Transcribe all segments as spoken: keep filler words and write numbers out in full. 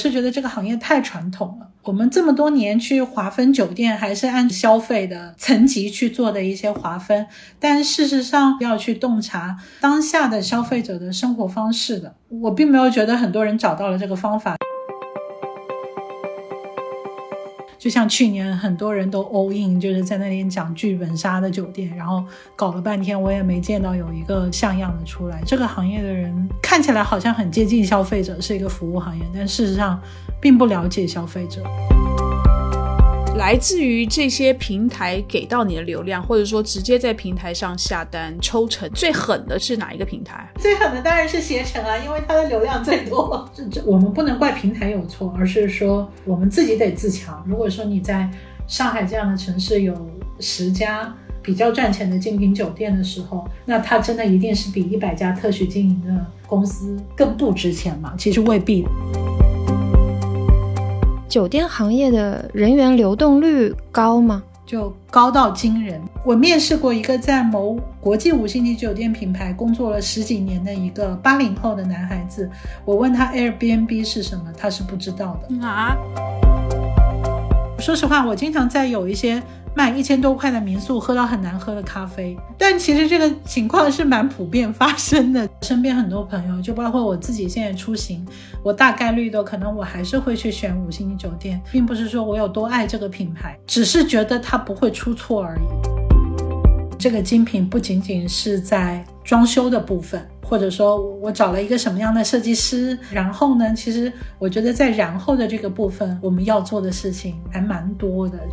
是觉得这个行业太传统了，我们这么多年去划分酒店还是按消费的层级去做的一些划分，但事实上要去洞察当下的消费者的生活方式的，我并没有觉得很多人找到了这个方法。就像去年很多人都 all in， 就是在那里讲剧本杀的酒店，然后搞了半天我也没见到有一个像样的出来。这个行业的人看起来好像很接近消费者，是一个服务行业，但事实上并不了解消费者。 来自于这些平台给到你的流量，或者说直接在平台上下单抽成，最狠的是哪一个平台？ 最狠的当然是携程啊，因为它的流量最多。我们不能怪平台有错，而是说我们自己得自强。如果说你在上海这样的城市有十家比较赚钱的精品酒店的时候，那它真的一定是比一百家特许经营的公司更不值钱吗？其实未必。 酒店行业的人员流动率高吗？ 就高到惊人。我面试过一个在某国际五星级酒店品牌工作了十几年的一个八零后的男孩子，我问他 Airbnb 是什么，他是不知道的啊。说实话，我经常在有一些卖一千多块的民宿喝到很难喝的咖啡，但其实这个情况是蛮普遍发生的。身边很多朋友，就包括我自己现在出行，我大概率的可能我还是会去选五星级酒店，并不是说我有多爱这个品牌，只是觉得它不会出错而已。这个精品不仅仅是在装修的部分，或者说我找了一个什么样的设计师，然后呢，其实我觉得在然后的这个部分，我们要做的事情还蛮多的。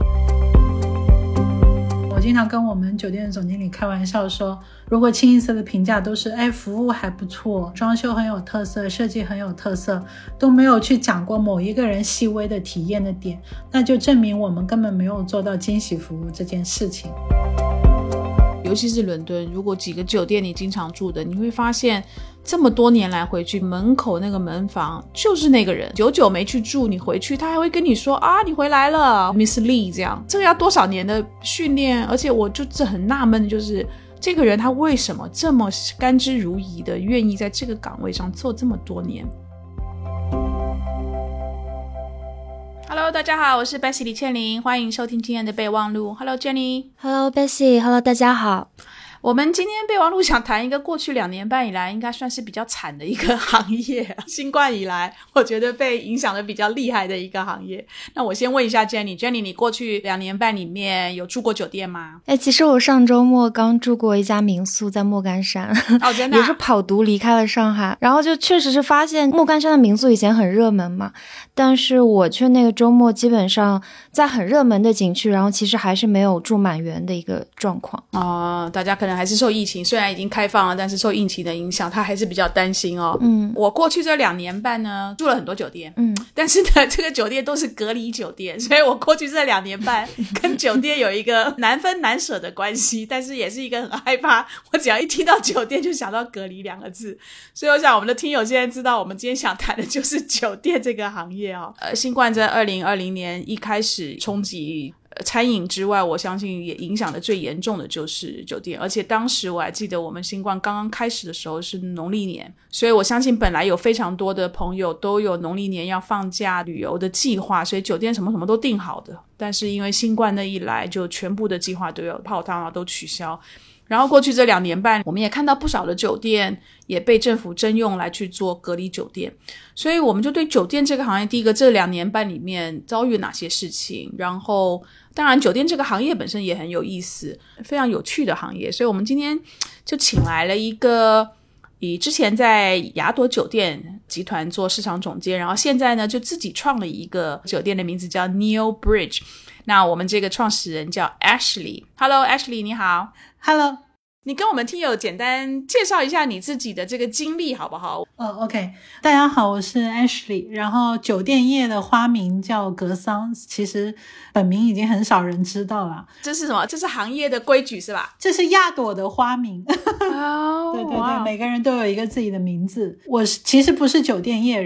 我经常跟我们酒店的总经理开玩笑说，如果清一色的评价都是哎，服务还不错，装修很有特色，设计很有特色，都没有去讲过某一个人细微的体验的点，那就证明我们根本没有做到惊喜服务这件事情。 尤其是伦敦，如果几个酒店你经常住的，你会发现这么多年来回去，门口那个门房就是那个人，久久没去住，你回去他还会跟你说啊，你回来了 Miss Lee， 这样，这个要多少年的训练。而且我就这很纳闷的就是这个人他为什么这么甘之如饴的愿意在这个岗位上做这么多年。Hello， 大家好，我是 Bessie 李倩玲，欢迎收听今天的备忘录。Hello Jenny。Hello Bessie，Hello 大家好。 我们今天备忘录想谈一个过去两年半以来应该算是比较惨的一个行业，新冠以来我觉得被影响的比较厉害的一个行业。那我先问一下 Jenny Jenny 你过去两年半里面有住过酒店吗？ 哎，其实我上周末刚住过一家民宿在莫干山。 哦，真的、啊、 也是跑读离开了上海，然后就确实是发现莫干山的民宿以前很热门嘛，但是我去那个周末基本上在很热门的景区，然后其实还是没有住满员的一个状况。 哦，大家可能还是受疫情，虽然已经开放了，但是受疫情的影响他还是比较担心哦。 嗯， 我过去这两年半呢住了很多酒店， 嗯， 但是呢这个酒店都是隔离酒店，所以我过去这两年半跟酒店有一个难分难舍的关系，但是也是一个很害怕，我只要一听到酒店就想到隔离两个字。所以我想我们的听友现在知道我们今天想谈的就是酒店这个行业哦。呃，新冠在二零二零年一开始冲击餐饮之外，我相信也影响的最严重的就是酒店，而且当时我还记得我们新冠刚刚开始的时候是农历年，所以我相信本来有非常多的朋友都有农历年要放假旅游的计划，所以酒店什么什么都订好的，但是因为新冠那一来，就全部的计划都有泡汤啊，都取消。然后过去这两年半，我们也看到不少的酒店也被政府征用来去做隔离酒店，所以我们就对酒店这个行业，第一个这两年半里面遭遇哪些事情，然后当然酒店这个行业本身也很有意思，非常有趣的行业，所以我们今天就请来了一个以之前在雅朵酒店集团做市场总监，然后现在呢就自己创了一个酒店的名字叫 Neo Bridge， 那我们这个创始人叫 Ashley。 Hello Ashley， 你好。 Hello， 你跟我们听友简单介绍一下你自己的这个经历好不好？ 哦、oh, OK， 大家好，我是 Ashley， 然后酒店业的花名叫格桑，其实本名已经很少人知道了。 这是什么？这是行业的规矩是吧？ 这是亚朵的花名。 哦、 对对对，每个人都有一个自己的名字。我其实不是酒店业人，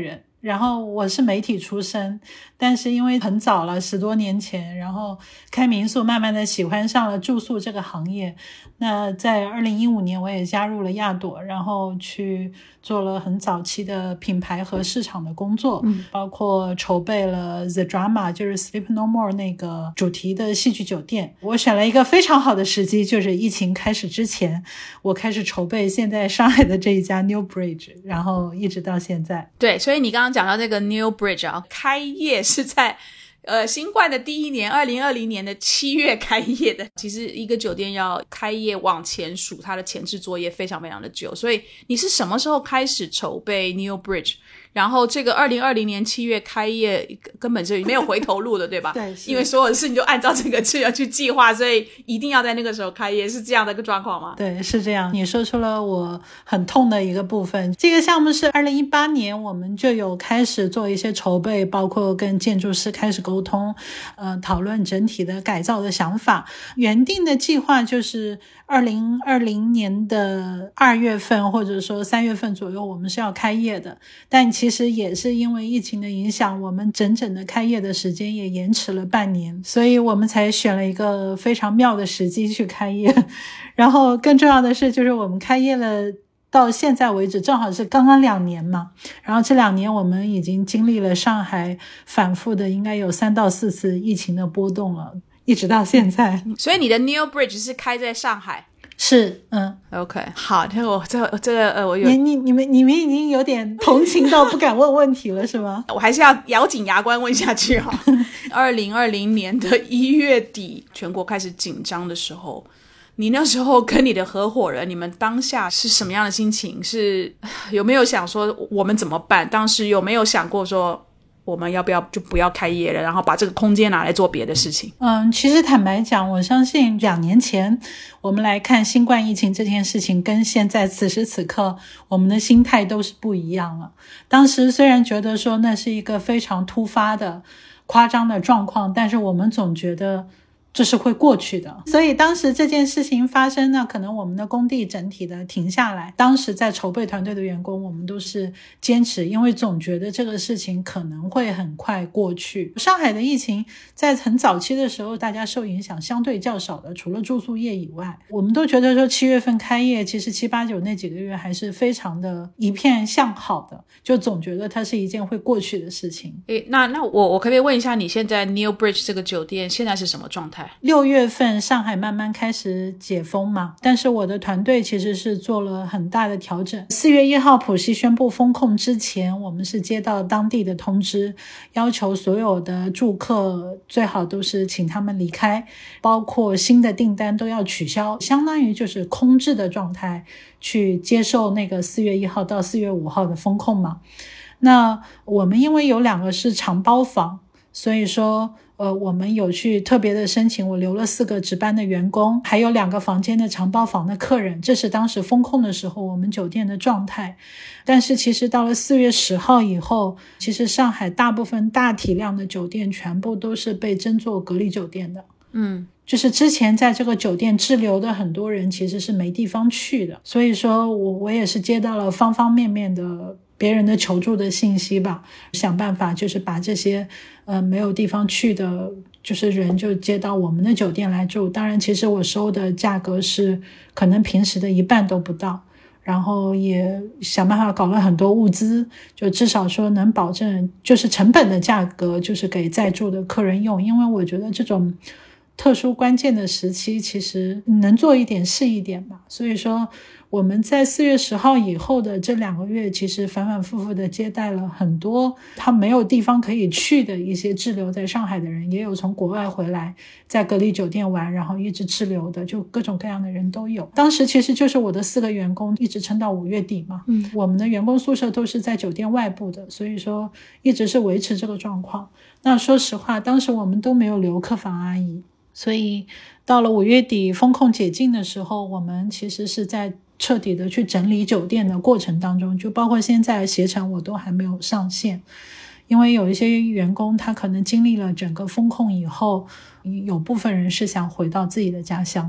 然后我是媒体出身，但是因为很早了，十多年前，然后开民宿，慢慢的喜欢上了住宿这个行业。那在二零一五年我也加入了亚朵，然后去做了很早期的品牌和市场的工作，嗯、包括筹备了 The Drama 就是 Sleep No More 那个主题的戏剧酒店。我选了一个非常好的时机，就是疫情开始之前，我开始筹备现在上海的这一家 New Bridge， 然后一直到现在。 对，所以你刚刚讲到这个 New Bridge 啊，开业是在呃，新冠的第一年二零二零年的七月开业的。其实一个酒店要开业往前数，它的前置作业非常非常的久。所以你是什么时候开始筹备 New Bridge？ 然后这个二零二零年七月开业根本是没有回头路的对吧？ 对， 因为所有的事情就按照这个去要去计划，所以一定要在那个时候开业，是这样的一个状况吗？ 对，是这样。你说出了我很痛的一个部分。这个项目是二零一八年我们就有开始做一些筹备，包括跟建筑师开始沟通，呃，讨论整体的改造的想法。原定的计划就是二零二零年的二月份或者说三月份左右我们是要开业的，但其实也是因为疫情的影响，我们整整的开业的时间也延迟了半年，所以我们才选了一个非常妙的时机去开业。然后更重要的是，就是我们开业了到现在为止正好是刚刚两年嘛，然后这两年我们已经经历了上海反复的应该有三到四次疫情的波动了，一直到现在。 所以你的 New Bridge 是开在上海？ 是，嗯 ，OK， 好，这个我这个这个呃，我有你你你们你们已经有点同情到不敢问问题了，是吗？ 我还是要咬紧牙关问下去哈。二零二零年的一月底，全国开始紧张的时候，你那时候跟你的合伙人，你们当下是什么样的心情？是有没有想说我们怎么办？当时有没有想过说，我们要不要就不要开业了，然后把这个空间拿来做别的事情？ 嗯，其实坦白讲，我相信两年前我们来看新冠疫情这件事情，跟现在此时此刻我们的心态都是不一样了。当时虽然觉得说那是一个非常突发的夸张的状况，但是我们总觉得这是会过去的。所以当时这件事情发生呢，可能我们的工地整体的停下来，当时在筹备团队的员工我们都是坚持，因为总觉得这个事情可能会很快过去。上海的疫情在很早期的时候大家受影响相对较少的，除了住宿业以外，我们都觉得说七月份开业，其实七八九那几个月还是非常的一片向好的，就总觉得它是一件会过去的事情。 诶，那那我我可不可以问一下，你现在 New Bridge 这个酒店现在是什么状态？ 六月份上海慢慢开始解封嘛，但是我的团队其实是做了很大的调整。四月一号浦西宣布封控之前，我们是接到当地的通知，要求所有的住客最好都是请他们离开，包括新的订单都要取消，相当于就是空置的状态去接受那个四月一号到四月五号的封控嘛。那我们因为有两个是长包房，所以说呃，我们有去特别的申请，我留了四个值班的员工，还有两个房间的长包房的客人，这是当时封控的时候我们酒店的状态。但是其实到了四月十号以后，其实上海大部分大体量的酒店全部都是被征作隔离酒店的。嗯，就是之前在这个酒店滞留的很多人其实是没地方去的，所以说我我也是接到了方方面面的别人的求助的信息吧，想办法就是把这些呃没有地方去的就是人就接到我们的酒店来住。当然其实我收的价格是可能平时的一半都不到，然后也想办法搞了很多物资，就至少说能保证就是成本的价格就是给在住的客人用。因为我觉得这种特殊关键的时期其实能做一点是一点吧。所以说我们在四月十号以后的这两个月，其实反反复复的接待了很多他没有地方可以去的一些滞留在上海的人，也有从国外回来在隔离酒店玩然后一直滞留的，就各种各样的人都有。当时其实就是我的四个员工一直撑到五月底嘛，嗯，我们的员工宿舍都是在酒店外部的，所以说一直是维持这个状况。那说实话当时我们都没有留客房阿姨，所以到了五月底封控解禁的时候，我们其实是在彻底的去整理酒店的过程当中，就包括现在携程我都还没有上线，因为有一些员工他可能经历了整个封控以后，有部分人是想回到自己的家乡的。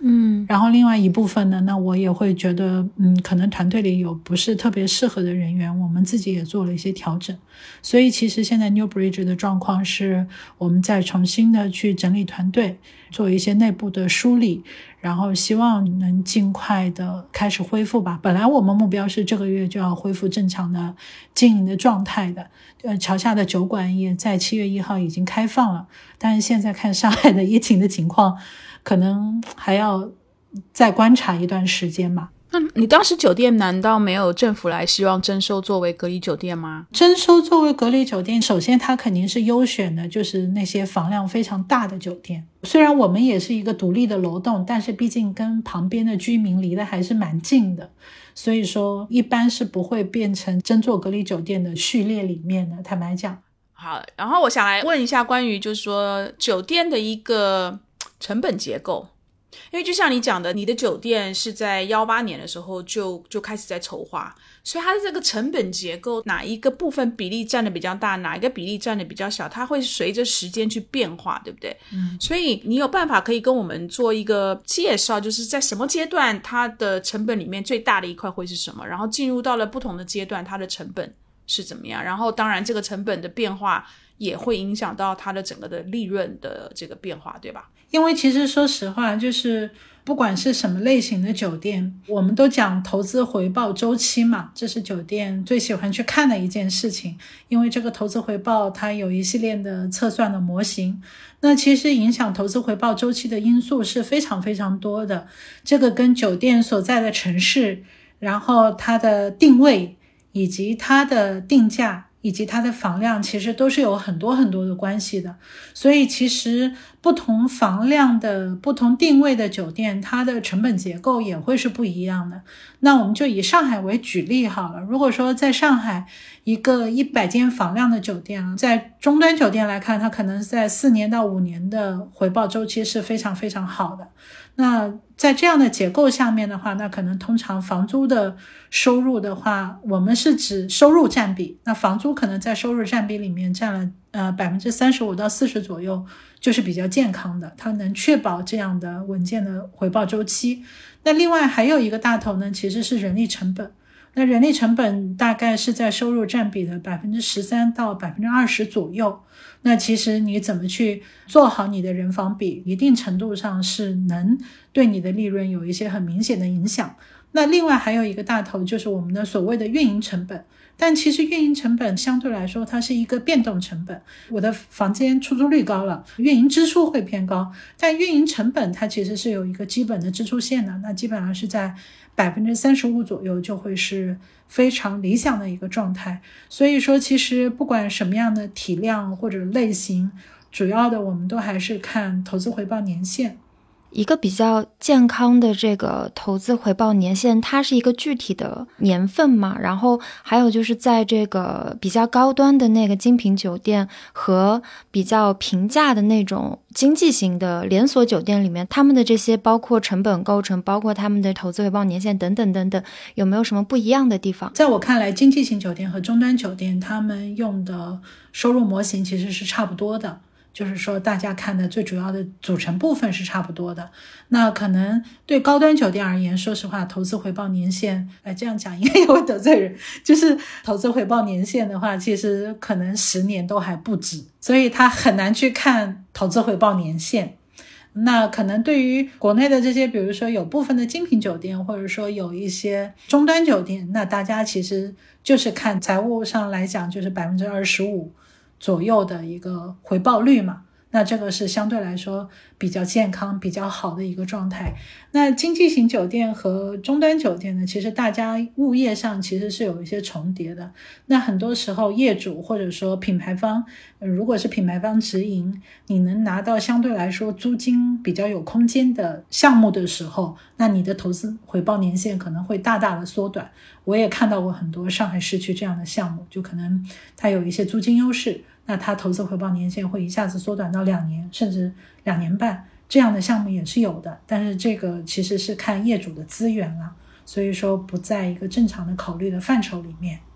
嗯， 然后另外一部分呢，那我也会觉得嗯，可能团队里有不是特别适合的人员，我们自己也做了一些调整。所以其实现在 Newbridge 的状况是我们在重新的去整理团队，做一些内部的梳理，然后希望能尽快的开始恢复吧。本来我们目标是这个月就要恢复正常的经营的状态的，呃，桥下的酒馆也在七月一号已经开放了，但是现在看上海的疫情的情况，可能还要再观察一段时间吧。 那你当时酒店难道没有政府来希望征收作为隔离酒店吗？ 征收作为隔离酒店，首先它肯定是优选的，就是那些房量非常大的酒店。虽然我们也是一个独立的楼栋，但是毕竟跟旁边的居民离得还是蛮近的，所以说一般是不会变成征做隔离酒店的序列里面的，坦白讲。 好，然后我想来问一下关于就是说酒店的一个成本结构。因为就像你讲的，你的酒店是在一八年的时候就就开始在筹划，所以它的这个成本结构哪一个部分比例占的比较大，哪一个比例占的比较小，它会随着时间去变化，对不对？ 嗯， 所以你有办法可以跟我们做一个介绍，就是在什么阶段它的成本里面最大的一块会是什么，然后进入到了不同的阶段它的成本是怎么样，然后当然这个成本的变化也会影响到它的整个的利润的这个变化，对吧？ 因为其实说实话，就是不管是什么类型的酒店，我们都讲投资回报周期嘛，这是酒店最喜欢去看的一件事情。因为这个投资回报它有一系列的测算的模型，那其实影响投资回报周期的因素是非常非常多的。这个跟酒店所在的城市，然后它的定位，以及它的定价，以及它的房量，其实都是有很多很多的关系的。所以其实不同房量的不同定位的酒店，它的成本结构也会是不一样的。那我们就以上海为举例好了，如果说在上海一个一百间房量的酒店，在终端酒店来看，它可能在四年到五年的回报周期是非常非常好的。那在这样的结构下面的话，那可能通常房租的收入的话，我们是指收入占比，那房租可能在收入占比里面占了呃百分之三十五到四十左右，就是比较健康的，它能确保这样的稳健的回报周期。那另外还有一个大头呢，其实是人力成本。那人力成本大概是在收入占比的百分之十三到百分之二十左右。那其实你怎么去做好你的人房比，一定程度上是能对你的利润有一些很明显的影响。那另外还有一个大头就是我们的所谓的运营成本，但其实运营成本相对来说它是一个变动成本。我的房间出租率高了，运营支出会偏高，但运营成本它其实是有一个基本的支出线的，那基本上是在百分之三十五左右，就会是非常理想的一个状态。所以说其实不管什么样的体量或者类型，主要的我们都还是看投资回报年限。 一个比较健康的这个投资回报年限，它是一个具体的年份嘛？然后还有就是在这个比较高端的那个精品酒店和比较平价的那种经济型的连锁酒店里面，他们的这些包括成本构成，包括他们的投资回报年限等等等等，有没有什么不一样的地方？ 在我看来，经济型酒店和终端酒店他们用的收入模型其实是差不多的，就是说大家看的最主要的组成部分是差不多的。那可能对高端酒店而言，说实话，投资回报年限，哎，这样讲应该也会得罪人，就是投资回报年限的话，其实可能十年都还不止，所以它很难去看投资回报年限。那可能对于国内的这些，比如说有部分的精品酒店，或者说有一些终端酒店，那大家其实就是看财务上来讲，就是百分之二十五左右的一个回报率嘛，那这个是相对来说比较健康比较好的一个状态。那经济型酒店和终端酒店呢，其实大家物业上其实是有一些重叠的。那很多时候业主或者说品牌方，如果是品牌方直营，你能拿到相对来说租金比较有空间的项目的时候，那你的投资回报年限可能会大大的缩短。我也看到过很多上海市区这样的项目，就可能它有一些租金优势，那它投资回报年限会一下子缩短到两年甚至两年半，这样的项目也是有的。但是这个其实是看业主的资源了，所以说不在一个正常的考虑的范畴里面。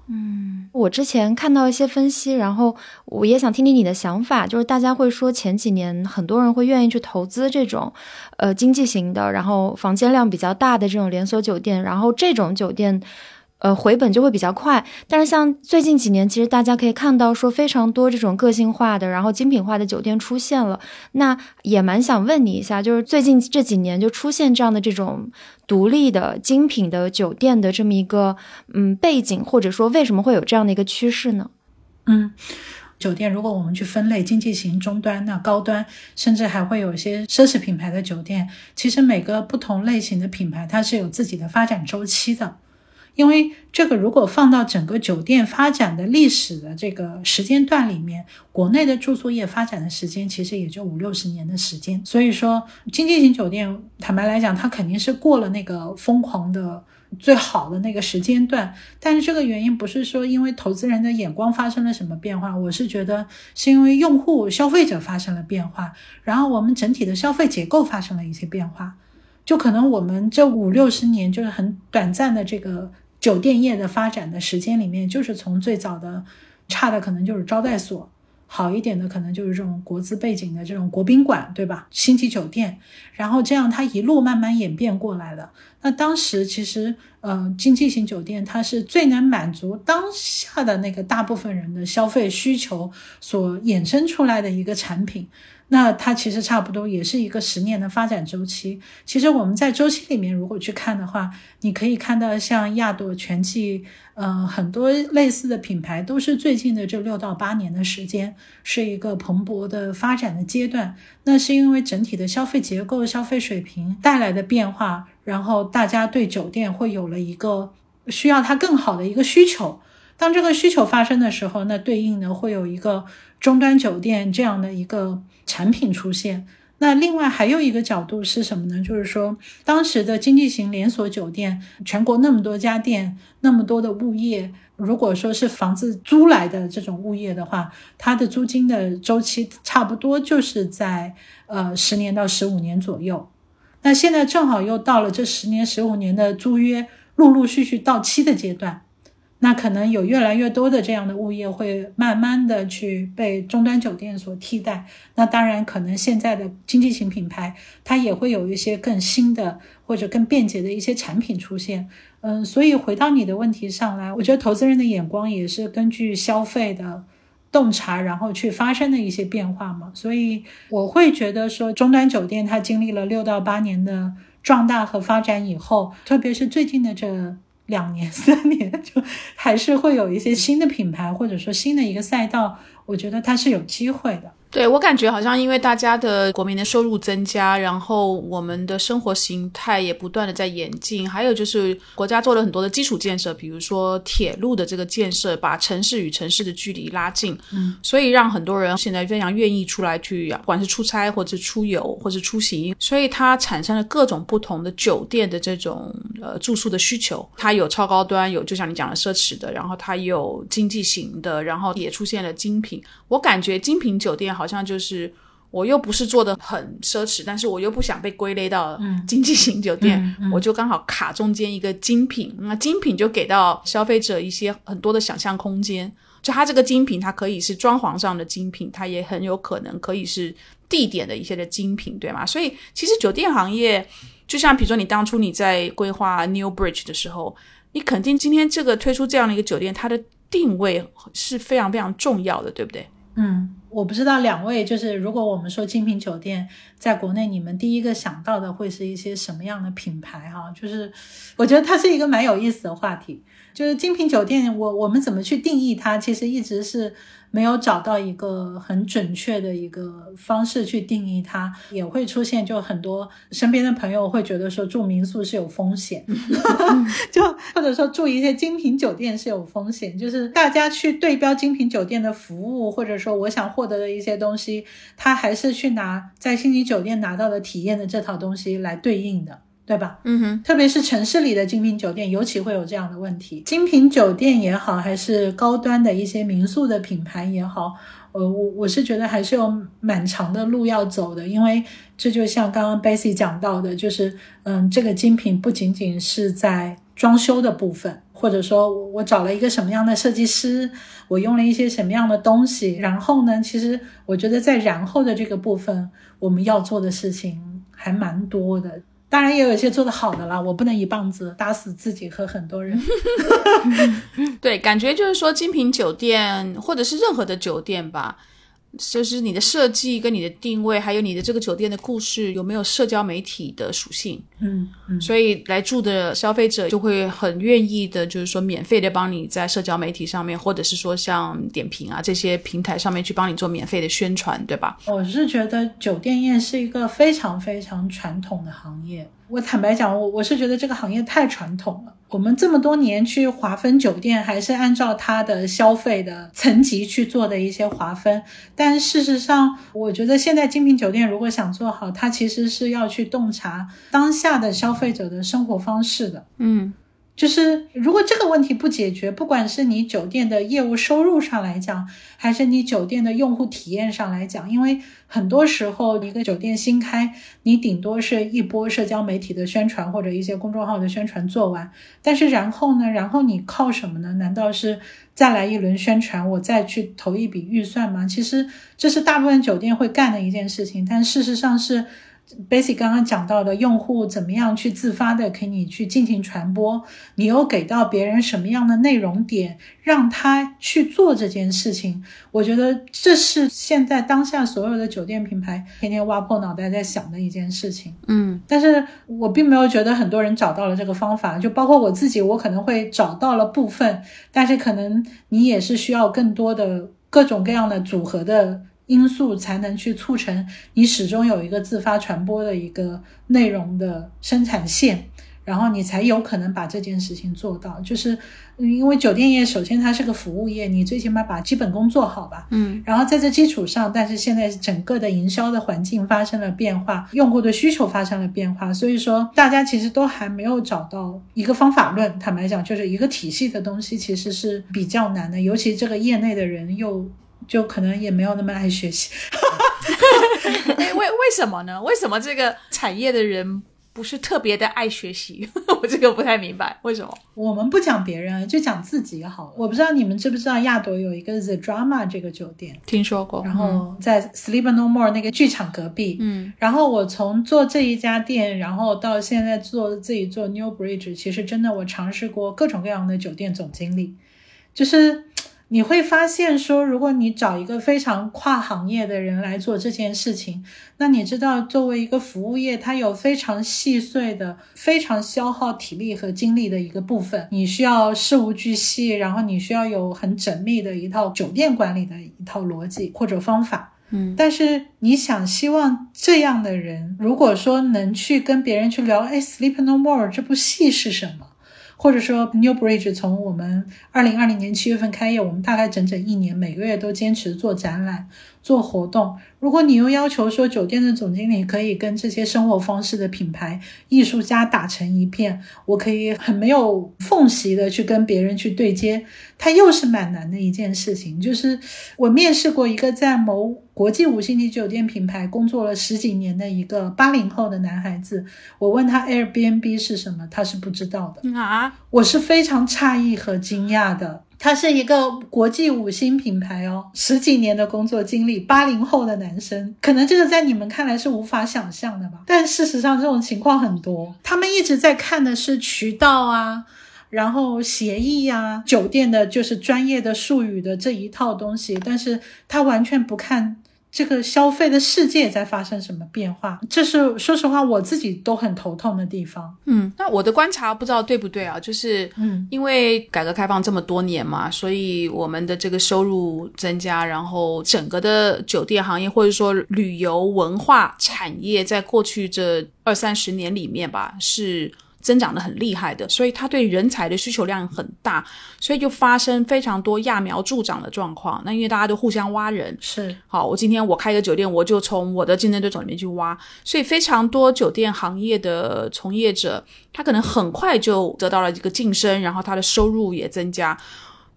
嗯，我之前看到一些分析，然后我也想听听你的想法，就是大家会说前几年很多人会愿意去投资这种呃经济型的，然后房间量比较大的这种连锁酒店，然后这种酒店呃回本就会比较快。但是像最近几年其实大家可以看到说非常多这种个性化的然后精品化的酒店出现了，那也蛮想问你一下，就是最近这几年就出现这样的这种独立的精品的酒店的这么一个嗯背景，或者说为什么会有这样的一个趋势呢？ 嗯，酒店如果我们去分类经济型、中端、那高端，甚至还会有一些奢侈品牌的酒店，其实每个不同类型的品牌它是有自己的发展周期的。因为这个如果放到整个酒店发展的历史的这个时间段里面，国内的住宿业发展的时间其实也就五六十年的时间，所以说经济型酒店坦白来讲它肯定是过了那个疯狂的最好的那个时间段，但是这个原因不是说因为投资人的眼光发生了什么变化，我是觉得是因为用户消费者发生了变化，然后我们整体的消费结构发生了一些变化，就可能我们这五六十年就是很短暂的这个酒店业的发展的时间里面，就是从最早的差的可能就是招待所，好一点的可能就是这种国资背景的这种国宾馆，对吧？星级酒店，然后这样它一路慢慢演变过来了。那当时其实呃，经济型酒店它是最能满足当下的那个大部分人的消费需求所衍生出来的一个产品。那它其实差不多也是一个十年的发展周期。其实我们在周期里面如果去看的话，你可以看到像亚朵、全季呃，很多类似的品牌都是最近的这六到八年的时间是一个蓬勃的发展的阶段。那是因为整体的消费结构、消费水平带来的变化，然后大家对酒店会有了一个需要它更好的一个需求。当这个需求发生的时候，那对应的会有一个终端酒店这样的一个产品出现。那另外还有一个角度是什么呢？就是说当时的经济型连锁酒店，全国那么多家店，那么多的物业，如果说是房子租来的这种物业的话，它的租金的周期差不多就是在呃十年到十五年左右。那现在正好又到了这十年十五年的租约陆陆续续到期的阶段，那可能有越来越多的这样的物业会慢慢的去被终端酒店所替代。那当然可能现在的经济型品牌它也会有一些更新的或者更便捷的一些产品出现。嗯，所以回到你的问题上来，我觉得投资人的眼光也是根据消费的洞察然后去发生的一些变化嘛。所以我会觉得说终端酒店它经历了六到八年的壮大和发展以后，特别是最近的这两年三年，就还是会有一些新的品牌或者说新的一个赛道，我觉得它是有机会的。 对，我感觉好像因为大家的国民的收入增加，然后我们的生活形态也不断的在演进，还有就是国家做了很多的基础建设，比如说铁路的这个建设，把城市与城市的距离拉近，嗯，所以让很多人现在非常愿意出来去，不管是出差或者出游或者出行，所以它产生了各种不同的酒店的这种呃住宿的需求。它有超高端，有就像你讲的奢侈的，然后它有经济型的，然后也出现了精品。我感觉精品酒店好像就是我又不是做的很奢侈，但是我又不想被归类到经济型酒店，嗯嗯嗯、我就刚好卡中间一个精品。那精品就给到消费者一些很多的想象空间，就它这个精品它可以是装潢上的精品，它也很有可能可以是地点的一些的精品，对吗？所以其实酒店行业就像比如说你当初你在规划 New Bridge 的时候，你肯定今天这个推出这样的一个酒店，它的定位是非常非常重要的，对不对？ 嗯，我不知道两位就是如果我们说精品酒店在国内，你们第一个想到的会是一些什么样的品牌哈？就是我觉得它是一个蛮有意思的话题，就是精品酒店我我们怎么去定义它，其实一直是没有找到一个很准确的一个方式去定义它。也会出现就很多身边的朋友会觉得说住民宿是有风险就或者说住一些精品酒店是有风险，就是大家去对标精品酒店的服务，或者说我想获得的一些东西，他还是去拿在星级酒店拿到的体验的这套东西来对应的，对吧？嗯哼，特别是城市里的精品酒店尤其会有这样的问题。精品酒店也好，还是高端的一些民宿的品牌也好，呃，我我是觉得还是有蛮长的路要走的。因为这就像刚刚 Bessy 讲到的，就是嗯，这个精品不仅仅是在装修的部分， 或者说我找了一个什么样的设计师，我用了一些什么样的东西，然后呢，其实我觉得在然后的这个部分，我们要做的事情还蛮多的。当然也有一些做得好的啦，我不能一棒子打死自己和很多人。 对，感觉就是说精品酒店或者是任何的酒店吧，就是你的设计跟你的定位还有你的这个酒店的故事有没有社交媒体的属性。 嗯嗯， 所以来住的消费者就会很愿意的就是说免费的帮你在社交媒体上面，或者是说像点评啊这些平台上面去帮你做免费的宣传，对吧？ 我是觉得酒店业是一个非常非常传统的行业，我坦白讲，我我是觉得这个行业太传统了。我们这么多年去划分酒店，还是按照它的消费的层级去做的一些划分，但事实上我觉得现在精品酒店如果想做好，它其实是要去洞察当下的消费者的生活方式的。 嗯， 就是如果这个问题不解决，不管是你酒店的业务收入上来讲，还是你酒店的用户体验上来讲，因为很多时候一个酒店新开，你顶多是一波社交媒体的宣传或者一些公众号的宣传做完，但是然后呢，然后你靠什么呢？难道是再来一轮宣传，我再去投一笔预算吗？其实这是大部分酒店会干的一件事情，但事实上是Basic 刚刚讲到的用户怎么样去自发的给你去进行传播，你又给到别人什么样的内容点让他去做这件事情，我觉得这是现在当下所有的酒店品牌天天挖破脑袋在想的一件事情。 嗯， 但是我并没有觉得很多人找到了这个方法，就包括我自己，我可能会找到了部分，但是可能你也是需要更多的各种各样的组合的因素才能去促成你始终有一个自发传播的一个内容的生产线，然后你才有可能把这件事情做到。就是因为酒店业首先它是个服务业，你最起码把基本功做好吧， 嗯， 然后在这基础上，但是现在整个的营销的环境发生了变化，用户的需求发生了变化，所以说大家其实都还没有找到一个方法论，坦白讲就是一个体系的东西其实是比较难的，尤其这个业内的人又就可能也没有那么爱学习。 为为什么呢？为什么这个产业的人不是特别的爱学习？我这个不太明白为什么。 我们不讲别人，就讲自己好了。我不知道你们知不知道亚朵有一个 The Drama 这个酒店， 听说过， 然后在 Sleep No More 那个剧场隔壁。 嗯， 然后我从做这一家店，然后到现在做自己做 New Bridge， 其实真的我尝试过各种各样的酒店总经理，就是你会发现说，如果你找一个非常跨行业的人来做这件事情，那你知道作为一个服务业，它有非常细碎的非常消耗体力和精力的一个部分，你需要事无巨细，然后你需要有很缜密的一套酒店管理的一套逻辑或者方法。 嗯， 但是你想希望这样的人如果说能去跟别人去聊，哎 Sleep No More 这部戏是什么，或者说 New Bridge 从我们二零二零年七月份开业，我们大概整整一年每个月都坚持做展览做活动，如果你又要求说酒店的总经理可以跟这些生活方式的品牌艺术家打成一片，我可以很没有缝隙的去跟别人去对接，它又是蛮难的一件事情。就是我面试过一个在某国际五星级酒店品牌工作了十几年的一个八零后的男孩子，我问他 Airbnb 是什么，他是不知道的啊， 我是非常诧异和惊讶的。他是一个国际五星品牌哦，十几年的工作经历，八零后的男生，可能这个在你们看来是无法想象的吧，但事实上这种情况很多。他们一直在看的是渠道啊，然后协议啊，酒店的就是专业的术语的这一套东西，但是他完全不看这个消费的世界在发生什么变化，这是说实话我自己都很头痛的地方。 嗯，那我的观察不知道对不对啊，就是嗯， 因为改革开放这么多年嘛，所以我们的这个收入增加，然后整个的酒店行业或者说旅游文化产业在过去这二三十年里面吧，是增长得很厉害的，所以它对人才的需求量很大，所以就发生非常多揠苗助长的状况。那因为大家都互相挖人， 是好，我今天我开个酒店，我就从我的竞争对手里面去挖，所以非常多酒店行业的从业者，他可能很快就得到了一个晋升，然后他的收入也增加。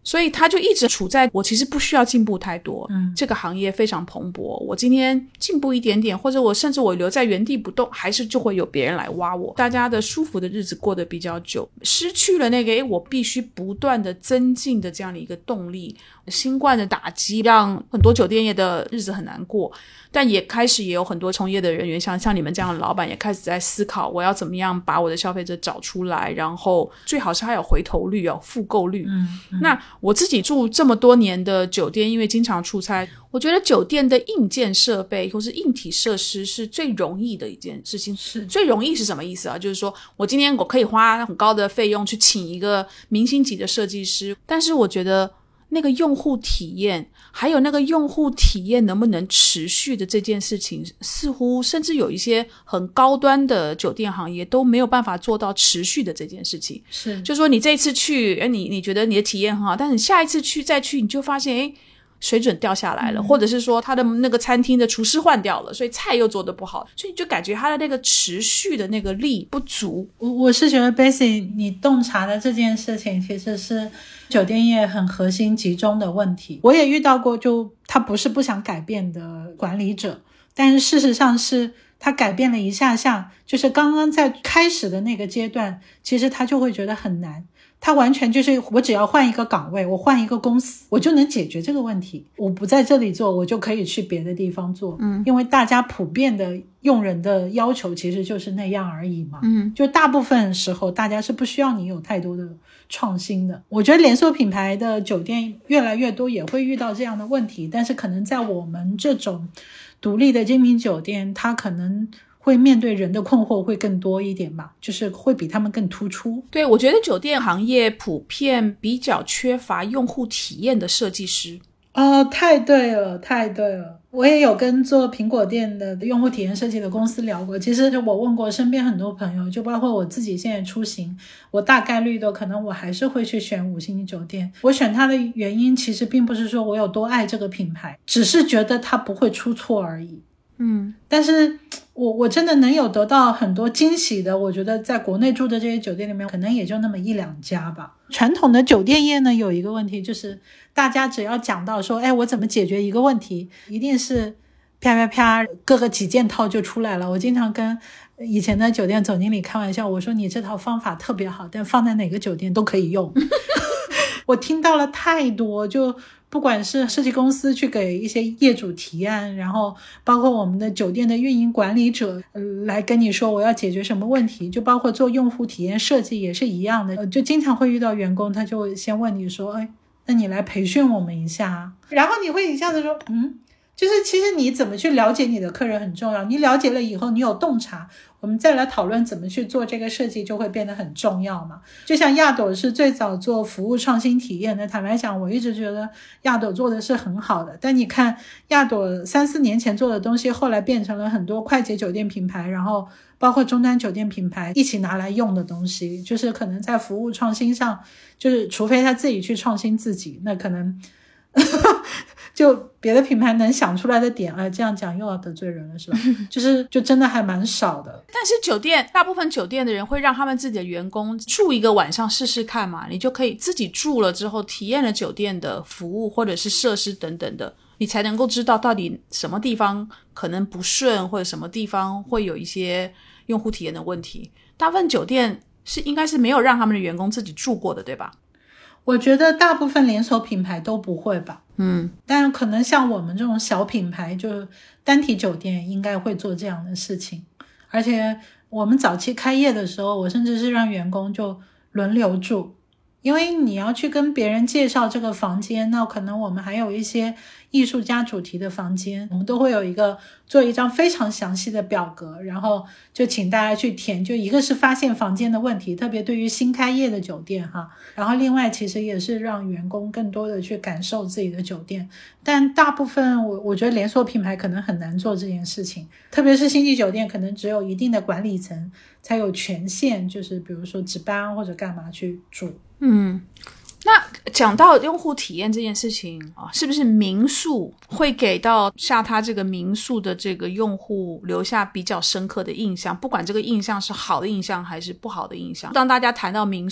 所以他就一直处在我其实不需要进步太多， 嗯， 这个行业非常蓬勃，我今天进步一点点，或者我甚至我留在原地不动，还是就会有别人来挖我，大家的舒服的日子过得比较久，失去了那个诶我必须不断的增进的这样的一个动力。新冠的打击让很多酒店业的日子很难过，但也开始也有很多从业的人员，像像你们这样的老板也开始在思考，我要怎么样把我的消费者找出来，然后最好是还有回头率，有复购率。 嗯嗯， 那我自己住这么多年的酒店，因为经常出差，我觉得酒店的硬件设备或是硬体设施是最容易的一件事情。 是最容易是什么意思啊？就是说我今天我可以花很高的费用去请一个明星级的设计师，但是我觉得那个用户体验还有那个用户体验能不能持续的这件事情，似乎甚至有一些很高端的酒店行业都没有办法做到持续的这件事情。 是， 就是说你这一次去你你觉得你的体验很好，但是你下一次去再去你就发现诶水准掉下来了、嗯、或者是说他的那个餐厅的厨师换掉了，所以菜又做得不好，所以你就感觉他的那个持续的那个力不足。 我我是觉得 Bessy 你洞察的这件事情其实是酒店业很核心集中的问题。我也遇到过，就他不是不想改变的管理者，但是事实上是他改变了一下下，就是刚刚在开始的那个阶段，其实他就会觉得很难。他完全就是我只要换一个岗位，我换一个公司，我就能解决这个问题。我不在这里做，我就可以去别的地方做。嗯，因为大家普遍的用人的要求其实就是那样而已嘛。嗯，就大部分时候大家是不需要你有太多的创新的。我觉得连锁品牌的酒店越来越多也会遇到这样的问题，但是可能在我们这种独立的精品酒店，它可能会面对人的困惑会更多一点吧，就是会比他们更突出。 对，我觉得酒店行业普遍比较缺乏用户体验的设计师。 哦，太对了太对了，我也有跟做苹果店的用户体验设计的公司聊过。其实我问过身边很多朋友，就包括我自己现在出行，我大概率的可能我还是会去选五星级酒店。我选它的原因其实并不是说我有多爱这个品牌，只是觉得它不会出错而已。嗯，但是我我真的能有得到很多惊喜的，我觉得在国内住的这些酒店里面可能也就那么一两家吧。传统的酒店业呢有一个问题，就是大家只要讲到说哎我怎么解决一个问题，一定是啪啪啪各个几件套就出来了。我经常跟以前的酒店总经理开玩笑，我说你这套方法特别好，但放在哪个酒店都可以用。我听到了太多，就不管是设计公司去给一些业主提案，然后包括我们的酒店的运营管理者、呃、来跟你说我要解决什么问题，就包括做用户体验设计也是一样的、呃、就经常会遇到员工他就会先问你说哎，那你来培训我们一下，然后你会一下子说嗯，就是其实你怎么去了解你的客人很重要，你了解了以后你有洞察，我们再来讨论怎么去做这个设计就会变得很重要嘛。就像亚朵是最早做服务创新体验的，坦白讲我一直觉得亚朵做的是很好的，但你看亚朵三四年前做的东西后来变成了很多快捷酒店品牌，然后包括终端酒店品牌一起拿来用的东西，就是可能在服务创新上，就是除非他自己去创新自己，那可能就别的品牌能想出来的点，哎，这样讲又要得罪人了是吧？就是就真的还蛮少的。 但是酒店大部分酒店的人会让他们自己的员工住一个晚上试试看嘛，你就可以自己住了之后体验了酒店的服务或者是设施等等的，你才能够知道到底什么地方可能不顺，或者什么地方会有一些用户体验的问题。大部分酒店是应该是没有让他们的员工自己住过的，对吧？ 我觉得大部分连锁品牌都不会吧。嗯，但可能像我们这种小品牌，就单体酒店应该会做这样的事情。而且我们早期开业的时候，我甚至是让员工就轮流住，因为你要去跟别人介绍这个房间，那可能我们还有一些艺术家主题的房间，我们都会有一个做一张非常详细的表格，然后就请大家去填，就一个是发现房间的问题，特别对于新开业的酒店哈，然后另外其实也是让员工更多的去感受自己的酒店。但大部分我我觉得连锁品牌可能很难做这件事情，特别是星级酒店可能只有一定的管理层才有权限，就是比如说值班或者干嘛去住。嗯， 那讲到用户体验这件事情啊，是不是民宿会给到下他这个民宿的这个用户留下比较深刻的印象，不管这个印象是好的印象还是不好的印象？当大家谈到民宿